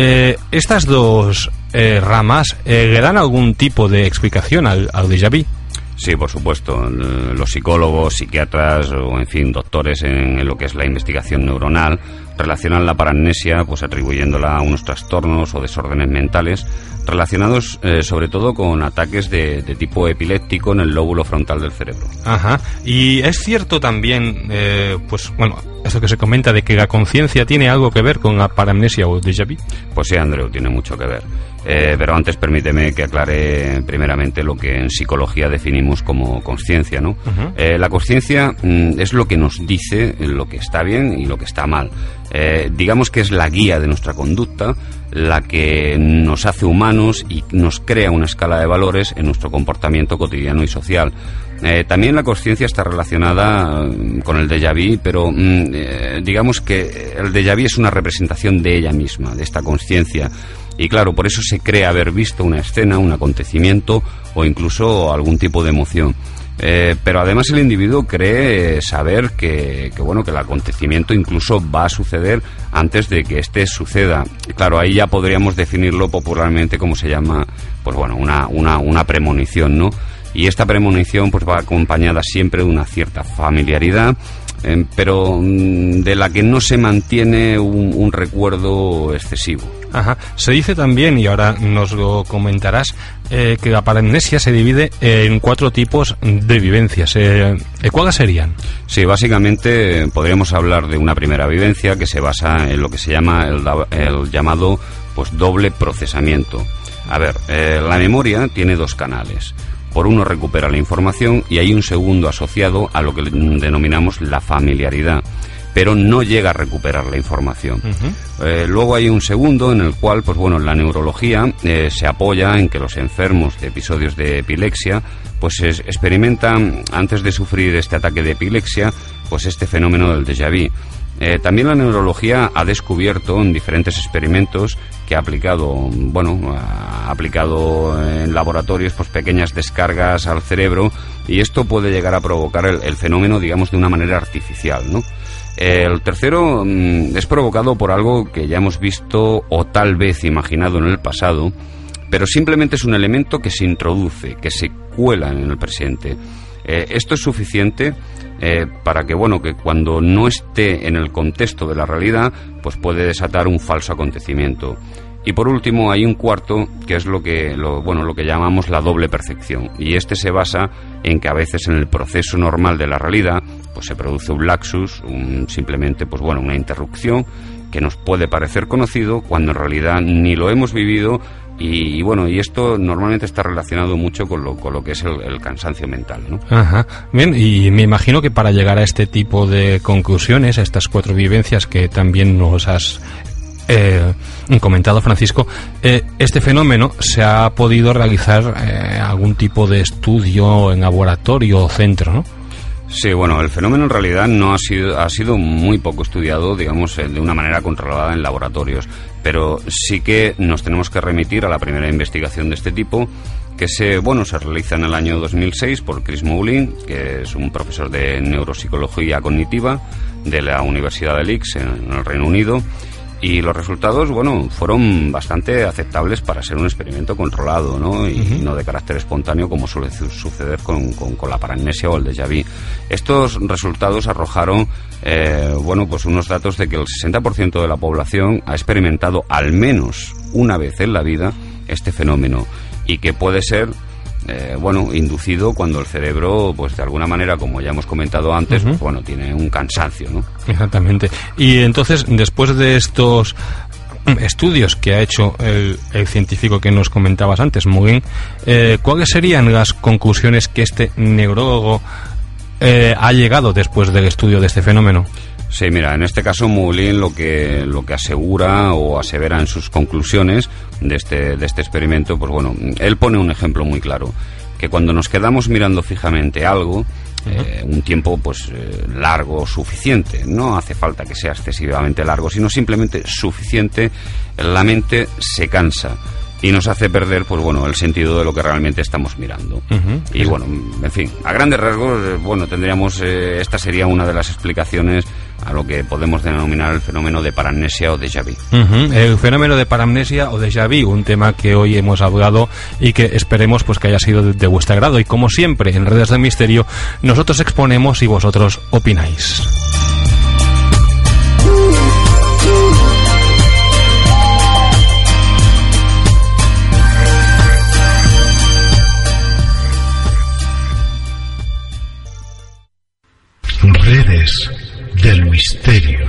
Estas dos ramas ¿le dan algún tipo de explicación al déjà vu? Sí, por supuesto. Los psicólogos, psiquiatras o, en fin, doctores en lo que es la investigación neuronal relacionan la paramnesia pues atribuyéndola a unos trastornos o desórdenes mentales relacionados sobre todo con ataques de tipo epiléptico en el lóbulo frontal del cerebro. Ajá. Y es cierto también, pues bueno, eso que se comenta de que la conciencia tiene algo que ver con la paramnesia o déjà vu. Pues sí, Andreu, tiene mucho que ver. Pero antes permíteme que aclare primeramente lo que en psicología definimos como consciencia, ¿no? Uh-huh. La consciencia es lo que nos dice lo que está bien y lo que está mal. Digamos que es la guía de nuestra conducta, la que nos hace humanos y nos crea una escala de valores en nuestro comportamiento cotidiano y social. También la consciencia está relacionada con el déjà vu, pero digamos que el déjà vu es una representación de ella misma, de esta consciencia. Y claro, por eso se cree haber visto una escena, un acontecimiento o incluso algún tipo de emoción. Pero además el individuo cree saber que bueno, que el acontecimiento incluso va a suceder antes de que éste suceda. Claro, ahí ya podríamos definirlo popularmente como se llama, pues bueno, una premonición, ¿no? Y esta premonición pues va acompañada siempre de una cierta familiaridad, pero de la que no se mantiene un recuerdo excesivo. Ajá. Se dice también, y ahora nos lo comentarás, que la paramnesia se divide en 4 tipos de vivencias. ¿Cuáles serían? Sí, básicamente podríamos hablar de una primera vivencia que se basa en lo que se llama el llamado pues doble procesamiento. A ver, la memoria tiene 2 canales. Por uno recupera la información y hay un segundo asociado a lo que denominamos la familiaridad, pero no llega a recuperar la información. Uh-huh. Luego hay un segundo en el cual, pues bueno, la neurología se apoya en que los enfermos de episodios de epilepsia pues experimentan, antes de sufrir este ataque de epilepsia, pues este fenómeno del déjà vu. También la neurología ha descubierto en diferentes experimentos que ha aplicado en laboratorios pues pequeñas descargas al cerebro, y esto puede llegar a provocar el fenómeno, digamos, de una manera artificial, ¿no? El tercero es provocado por algo que ya hemos visto o tal vez imaginado en el pasado, pero simplemente es un elemento que se introduce, que se cuela en el presente. Esto es suficiente para que, bueno, que cuando no esté en el contexto de la realidad, pues puede desatar un falso acontecimiento. Y por último hay un cuarto, que es lo que llamamos la doble percepción, y este se basa en que a veces en el proceso normal de la realidad pues se produce un lapsus, simplemente pues bueno, una interrupción que nos puede parecer conocido cuando en realidad ni lo hemos vivido. Y bueno, y esto normalmente está relacionado mucho con lo que es el cansancio mental, ¿no? Ajá. Bien, y me imagino que para llegar a este tipo de conclusiones, a estas 4 vivencias que también nos has comentado, Francisco, este fenómeno se ha podido realizar algún tipo de estudio en laboratorio o centro, ¿no? Sí, bueno, el fenómeno en realidad ha sido muy poco estudiado, digamos, de una manera controlada en laboratorios, pero sí que nos tenemos que remitir a la primera investigación de este tipo, que se realiza en el año 2006 por Chris Moulin, que es un profesor de neuropsicología cognitiva de la Universidad de Leeds en el Reino Unido. Y los resultados, fueron bastante aceptables para ser un experimento controlado, ¿no? Y no de carácter espontáneo como suele suceder con la paramnesia o el déjà vu. Estos resultados arrojaron, unos datos de que el 60% de la población ha experimentado al menos una vez en la vida este fenómeno, y que puede ser inducido cuando el cerebro, pues de alguna manera, como ya hemos comentado antes, tiene un cansancio, ¿no? Exactamente. Y entonces, después de estos estudios que ha hecho el científico que nos comentabas antes, Moulin, ¿cuáles serían las conclusiones que este neurólogo ha llegado después del estudio de este fenómeno? Sí, mira, en este caso Moulin lo que asegura o asevera en sus conclusiones de este experimento, él pone un ejemplo muy claro, que cuando nos quedamos mirando fijamente algo, un tiempo largo, suficiente, no hace falta que sea excesivamente largo, sino simplemente suficiente, la mente se cansa y nos hace perder el sentido de lo que realmente estamos mirando. Y en fin, a grandes rasgos, tendríamos, esta sería una de las explicaciones a lo que podemos denominar el fenómeno de paramnesia o déjà vu. El fenómeno de paramnesia o déjà vu, un tema que hoy hemos hablado y que esperemos que haya sido de vuestro agrado, y como siempre en Redes del Misterio nosotros exponemos y vosotros opináis. Redes del Misterio.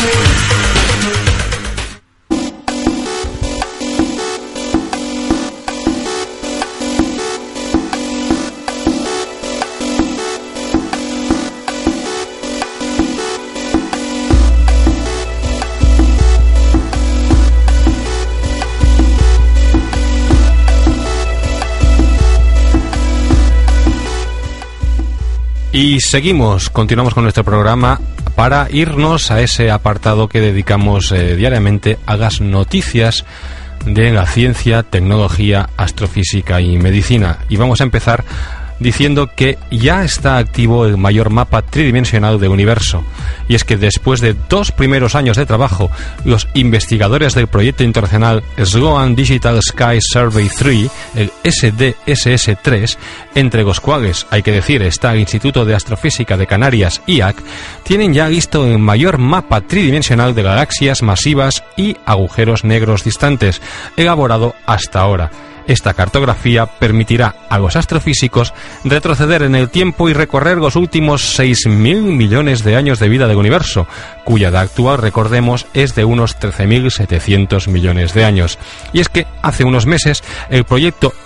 Y continuamos con nuestro programa para irnos a ese apartado que dedicamos diariamente a las noticias de la ciencia, tecnología, astrofísica y medicina. Y vamos a empezar diciendo que ya está activo el mayor mapa tridimensional del universo. Y es que después de 2 primeros años de trabajo, los investigadores del proyecto internacional Sloan Digital Sky Survey 3, el SDSS-3, entre los cuales, hay que decir, está el Instituto de Astrofísica de Canarias, IAC, tienen ya listo el mayor mapa tridimensional de galaxias masivas y agujeros negros distantes, elaborado hasta ahora. Esta cartografía permitirá a los astrofísicos retroceder en el tiempo y recorrer los últimos 6.000 millones de años de vida del universo, cuya edad actual, recordemos, es de unos 13.700 millones de años. Y es que hace unos meses el proyecto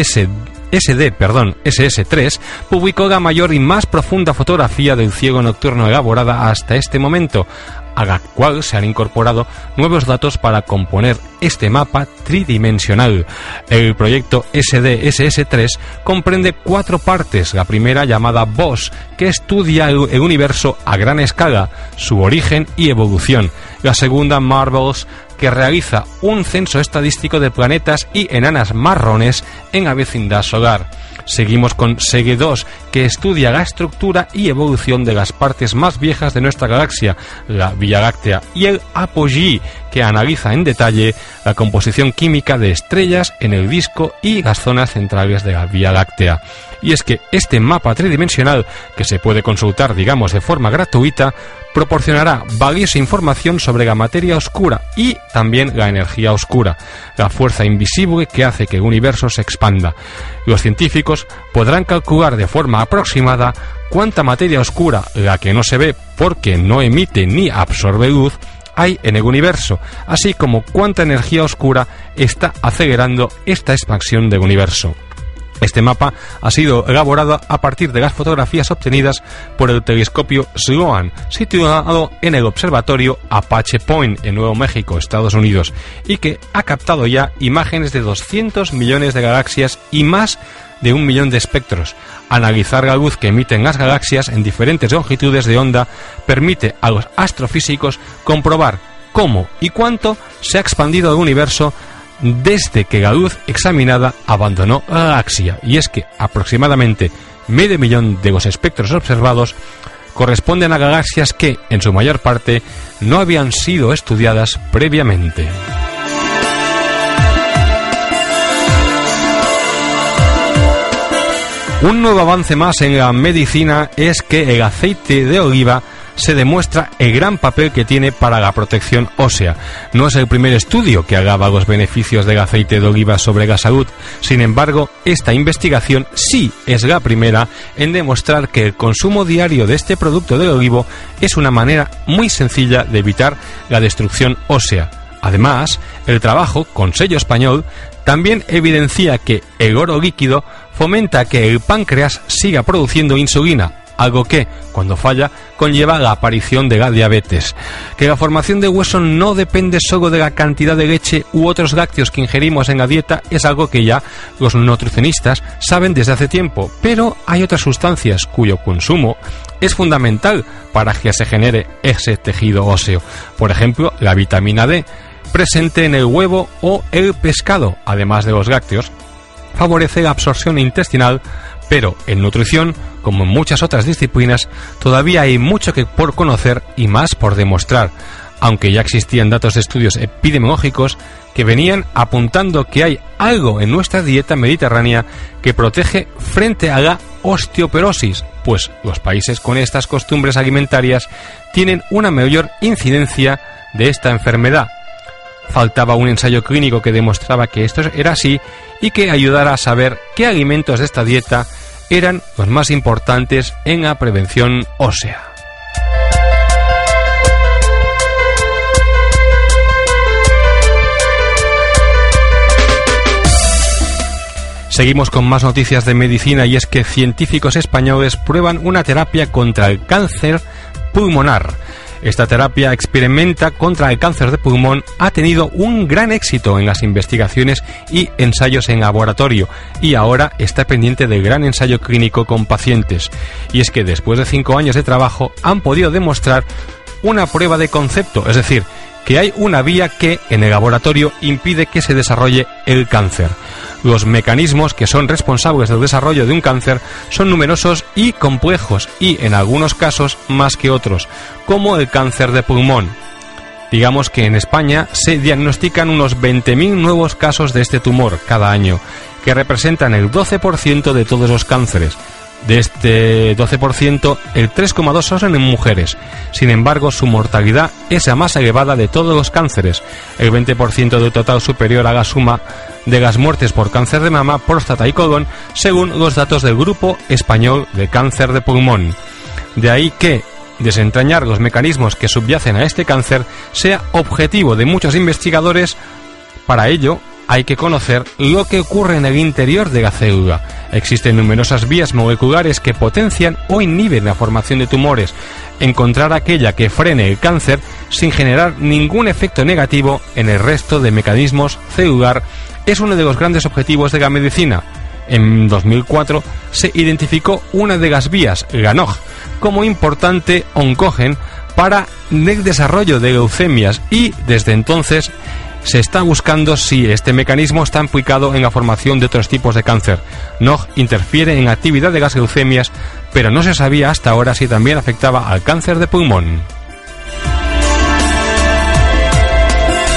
SS3 publicó la mayor y más profunda fotografía del cielo nocturno elaborada hasta este momento, a la cual se han incorporado nuevos datos para componer este mapa tridimensional. El proyecto SDSS-3 comprende 4 partes. La primera, llamada BOSS, que estudia el universo a gran escala, su origen y evolución. La segunda, MARVELS, que realiza un censo estadístico de planetas y enanas marrones en la vecindad solar. Seguimos con SEGE 2, que estudia la estructura y evolución de las partes más viejas de nuestra galaxia, la Vía Láctea, y el Apogee, que analiza en detalle la composición química de estrellas en el disco y las zonas centrales de la Vía Láctea. Y es que este mapa tridimensional, que se puede consultar, digamos, de forma gratuita, proporcionará valiosa información sobre la materia oscura y también la energía oscura, la fuerza invisible que hace que el universo se expanda. Los científicos podrán calcular de forma aproximada cuánta materia oscura, la que no se ve porque no emite ni absorbe luz, hay en el universo, así como cuánta energía oscura está acelerando esta expansión del universo. Este mapa ha sido elaborado a partir de las fotografías obtenidas por el telescopio Sloan, situado en el observatorio Apache Point, en Nuevo México, Estados Unidos, y que ha captado ya imágenes de 200 millones de galaxias y más de 1 millón de espectros. Analizar la luz que emiten las galaxias en diferentes longitudes de onda permite a los astrofísicos comprobar cómo y cuánto se ha expandido el universo desde que la luz examinada abandonó la galaxia, y es que aproximadamente medio millón de los espectros observados corresponden a galaxias que, en su mayor parte, no habían sido estudiadas previamente. Un nuevo avance más en la medicina es que el aceite de oliva se demuestra el gran papel que tiene para la protección ósea. No es el primer estudio que alaba los beneficios del aceite de oliva sobre la salud. Sin embargo, esta investigación sí es la primera en demostrar que el consumo diario de este producto del olivo es una manera muy sencilla de evitar la destrucción ósea. Además, el trabajo, con sello español, también evidencia que el oro líquido fomenta que el páncreas siga produciendo insulina, algo que, cuando falla, conlleva la aparición de la diabetes. Que la formación de hueso no depende solo de la cantidad de leche u otros lácteos que ingerimos en la dieta es algo que ya los nutricionistas saben desde hace tiempo, pero hay otras sustancias cuyo consumo es fundamental para que se genere ese tejido óseo. Por ejemplo, la vitamina D, presente en el huevo o el pescado, además de los lácteos, favorece la absorción intestinal. Pero en nutrición, como en muchas otras disciplinas, todavía hay mucho que por conocer y más por demostrar, aunque ya existían datos de estudios epidemiológicos que venían apuntando que hay algo en nuestra dieta mediterránea que protege frente a la osteoporosis, pues los países con estas costumbres alimentarias tienen una mayor incidencia de esta enfermedad. Faltaba un ensayo clínico que demostraba que esto era así y que ayudara a saber qué alimentos de esta dieta eran los más importantes en la prevención ósea. Seguimos con más noticias de medicina, y es que científicos españoles prueban una terapia contra el cáncer pulmonar. Esta terapia experimenta contra el cáncer de pulmón ha tenido un gran éxito en las investigaciones y ensayos en laboratorio, y ahora está pendiente del gran ensayo clínico con pacientes. Y es que después de 5 años de trabajo han podido demostrar una prueba de concepto, es decir, que hay una vía que en el laboratorio impide que se desarrolle el cáncer. Los mecanismos que son responsables del desarrollo de un cáncer son numerosos y complejos, y en algunos casos más que otros, como el cáncer de pulmón. Digamos que en España se diagnostican unos 20.000 nuevos casos de este tumor cada año, que representan el 12% de todos los cánceres. De este 12%, el 3,2% son en mujeres. Sin embargo, su mortalidad es la más elevada de todos los cánceres, el 20% del total superior a la suma de las muertes por cáncer de mama, próstata y colon, según los datos del Grupo Español de Cáncer de Pulmón. De ahí que desentrañar los mecanismos que subyacen a este cáncer sea objetivo de muchos investigadores. Para ello, hay que conocer lo que ocurre en el interior de la célula. Existen numerosas vías moleculares que potencian o inhiben la formación de tumores. Encontrar aquella que frene el cáncer sin generar ningún efecto negativo en el resto de mecanismos celular es uno de los grandes objetivos de la medicina. En 2004 se identificó una de las vías, la NOG, como importante oncógeno para el desarrollo de leucemias, y desde entonces se está buscando si este mecanismo está implicado en la formación de otros tipos de cáncer. NOG interfiere en la actividad de las leucemias, pero no se sabía hasta ahora si también afectaba al cáncer de pulmón.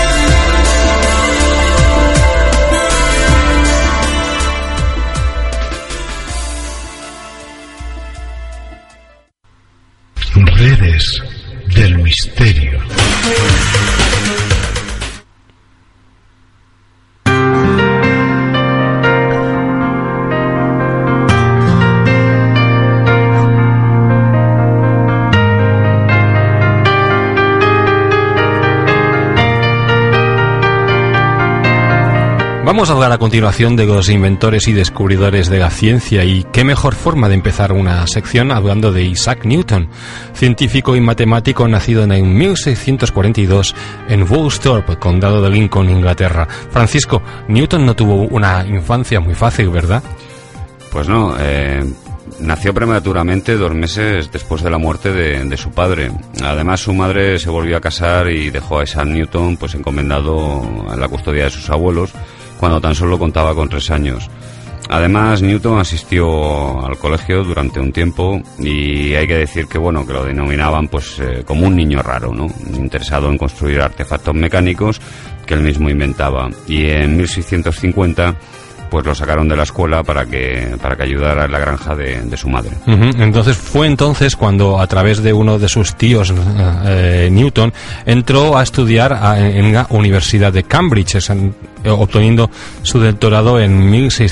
Vamos a hablar a continuación de los inventores y descubridores de la ciencia, y qué mejor forma de empezar una sección hablando de Isaac Newton, científico y matemático nacido en 1642 en Woolsthorpe, condado de Lincoln, Inglaterra. Francisco, Newton no tuvo una infancia muy fácil, ¿verdad? Pues no, nació prematuramente 2 meses después de la muerte de su padre. Además, su madre se volvió a casar y dejó a Isaac Newton pues encomendado a la custodia de sus abuelos cuando tan solo contaba con 3 años. Además, Newton asistió al colegio durante un tiempo y hay que decir que bueno, que lo denominaban pues como un niño raro, ¿no? Interesado en construir artefactos mecánicos que él mismo inventaba. Y en 1650 pues lo sacaron de la escuela para que ayudara en la granja de su madre. Entonces fue cuando a través de uno de sus tíos, Newton, entró a estudiar en la Universidad de Cambridge, obteniendo su doctorado en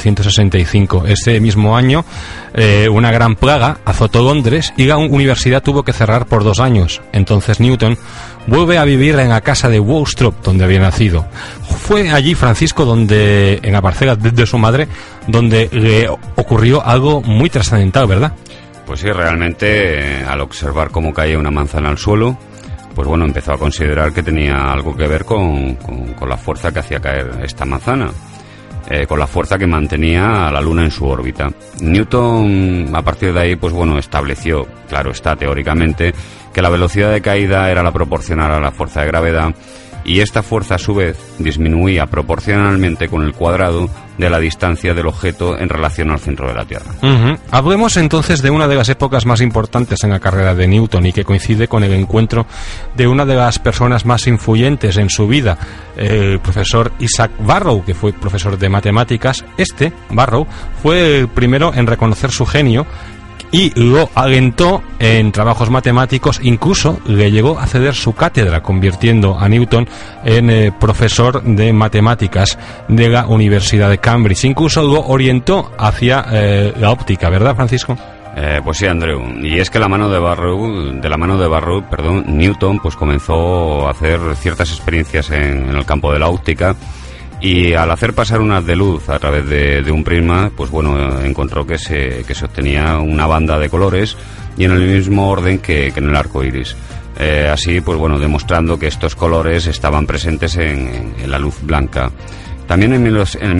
1665. Ese mismo año, una gran plaga azotó Londres y la universidad tuvo que cerrar por 2 años. Entonces Newton vuelve a vivir en la casa de Woolsthorpe, donde había nacido. Fue allí, Francisco, donde en la parcela de su madre, donde le ocurrió algo muy trascendental, ¿verdad? Pues sí, realmente, al observar cómo caía una manzana al suelo, pues bueno, empezó a considerar que tenía algo que ver con la fuerza que hacía caer esta manzana, con la fuerza que mantenía a la Luna en su órbita. Newton, a partir de ahí, pues bueno, estableció, claro está, teóricamente, que la velocidad de caída era la proporcional a la fuerza de gravedad, y esta fuerza a su vez disminuía proporcionalmente con el cuadrado de la distancia del objeto en relación al centro de la Tierra. Hablemos entonces de una de las épocas más importantes en la carrera de Newton y que coincide con el encuentro de una de las personas más influyentes en su vida, el profesor Isaac Barrow, que fue profesor de matemáticas. Barrow, fue el primero en reconocer su genio y lo alentó en trabajos matemáticos, incluso le llegó a ceder su cátedra, convirtiendo a Newton en profesor de matemáticas de la Universidad de Cambridge. Incluso lo orientó hacia la óptica, ¿verdad, Francisco? Pues sí, Andreu. Y es que de la mano de Barrow, Newton pues comenzó a hacer ciertas experiencias en el campo de la óptica. Y al hacer pasar un haz de luz a través de un prisma, pues bueno, encontró que se obtenía una banda de colores y en el mismo orden que en el arco iris. Así, pues bueno, demostrando que estos colores estaban presentes en la luz blanca. También en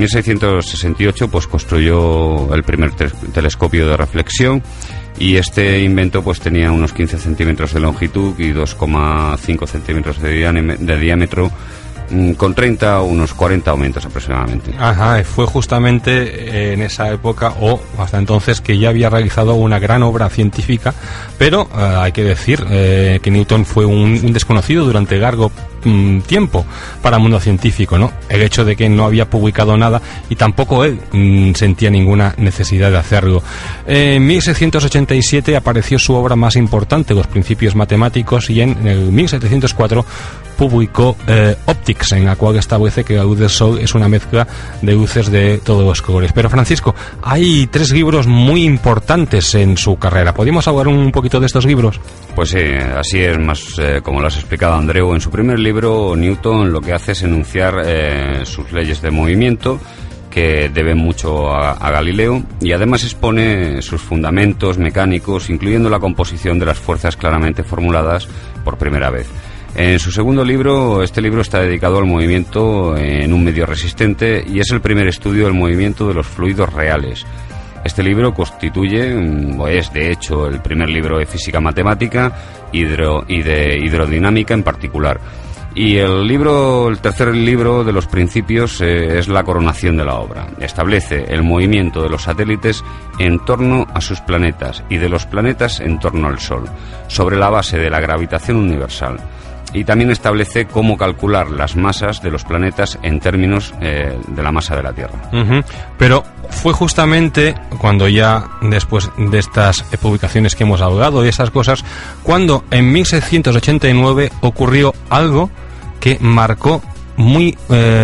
1668 pues construyó el primer telescopio de reflexión, y este invento pues tenía unos 15 centímetros de longitud y 2,5 centímetros de diámetro, con 30 o unos 40 aumentos aproximadamente. Fue justamente en esa época o hasta entonces que ya había realizado una gran obra científica, pero hay que decir que Newton fue un desconocido durante largo tiempo para el mundo científico, ¿no? El hecho de que no había publicado nada y tampoco él sentía ninguna necesidad de hacerlo. En 1687 apareció su obra más importante, Los Principios Matemáticos, y en el 1704 publicó Optics, en la cual establece que la luz del sol es una mezcla de luces de todos los colores. Pero Francisco, hay 3 libros muy importantes en su carrera. ¿Podemos hablar un poquito de estos libros? Pues sí, así es, más como lo has explicado, Andreu. En su primer libro, Newton lo que hace es enunciar sus leyes de movimiento, que deben mucho a Galileo, y además expone sus fundamentos mecánicos, incluyendo la composición de las fuerzas claramente formuladas por primera vez. En su segundo libro, este libro está dedicado al movimiento en un medio resistente y es el primer estudio del movimiento de los fluidos reales. Este libro constituye, o es de hecho, el primer libro de física matemática y de hidrodinámica en particular. Y el tercer libro de los principios es la coronación de la obra. Establece el movimiento de los satélites en torno a sus planetas y de los planetas en torno al Sol, sobre la base de la gravitación universal. Y también establece cómo calcular las masas de los planetas en términos de la masa de la Tierra. Pero fue justamente cuando ya, después de estas publicaciones que hemos hablado y esas cosas, cuando en 1689 ocurrió algo que marcó muy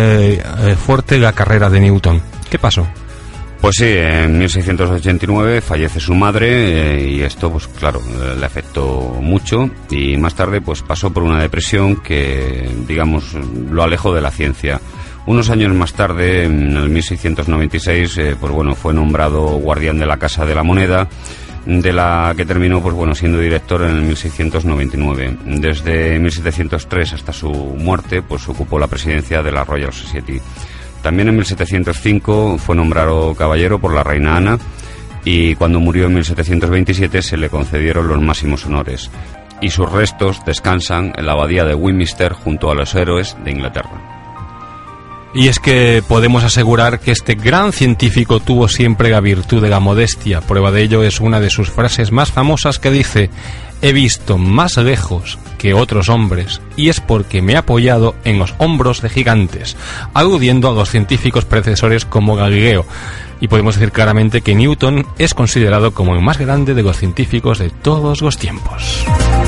fuerte la carrera de Newton. ¿Qué pasó? Pues sí, en 1689 fallece su madre y esto, pues claro, le afectó mucho, y más tarde pues pasó por una depresión que, digamos, lo alejó de la ciencia. Unos años más tarde, en el 1696, pues bueno, fue nombrado guardián de la Casa de la Moneda, de la que terminó pues bueno siendo director en el 1699. Desde 1703 hasta su muerte pues ocupó la presidencia de la Royal Society. También en 1705 fue nombrado caballero por la reina Ana, y cuando murió en 1727 se le concedieron los máximos honores, y sus restos descansan en la abadía de Westminster junto a los héroes de Inglaterra. Y es que podemos asegurar que este gran científico tuvo siempre la virtud de la modestia. Prueba de ello es una de sus frases más famosas que dice: he visto más lejos que otros hombres, y es porque me he apoyado en los hombros de gigantes, aludiendo a los científicos predecesores como Galileo. Y podemos decir claramente que Newton es considerado como el más grande de los científicos de todos los tiempos.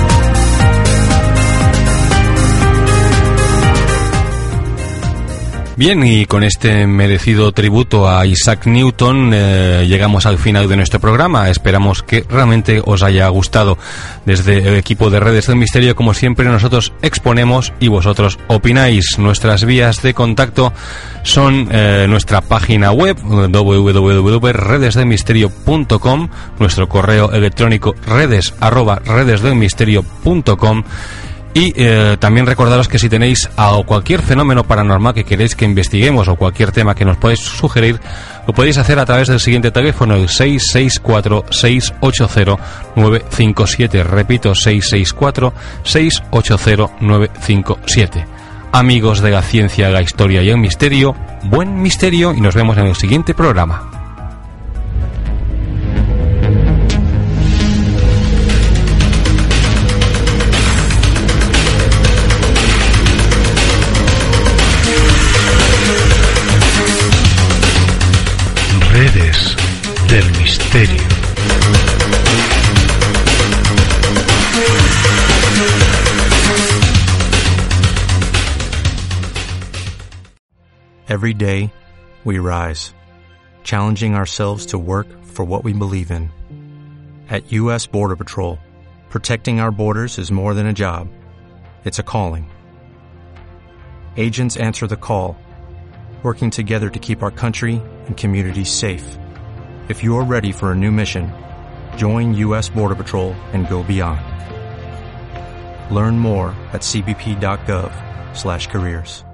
Bien, y con este merecido tributo a Isaac Newton llegamos al final de nuestro programa. Esperamos que realmente os haya gustado. Desde el equipo de Redes del Misterio, como siempre, nosotros exponemos y vosotros opináis. Nuestras vías de contacto son nuestra página web www.redesdelmisterio.com, nuestro correo electrónico redes@redesdelmisterio.com. Y también recordaros que si tenéis cualquier fenómeno paranormal que queréis que investiguemos o cualquier tema que nos podéis sugerir, lo podéis hacer a través del siguiente teléfono, el 664-680-957. Repito, 664-680-957. Amigos de la ciencia, la historia y el misterio, buen misterio, y nos vemos en el siguiente programa. Redes del Misterio. Every day, we rise, challenging ourselves to work for what we believe in. At U.S. Border Patrol, protecting our borders is more than a job. It's a calling. Agents answer the call, working together to keep our country and communities safe. If you're ready for a new mission, join U.S. Border Patrol and go beyond. Learn more at cbp.gov/careers.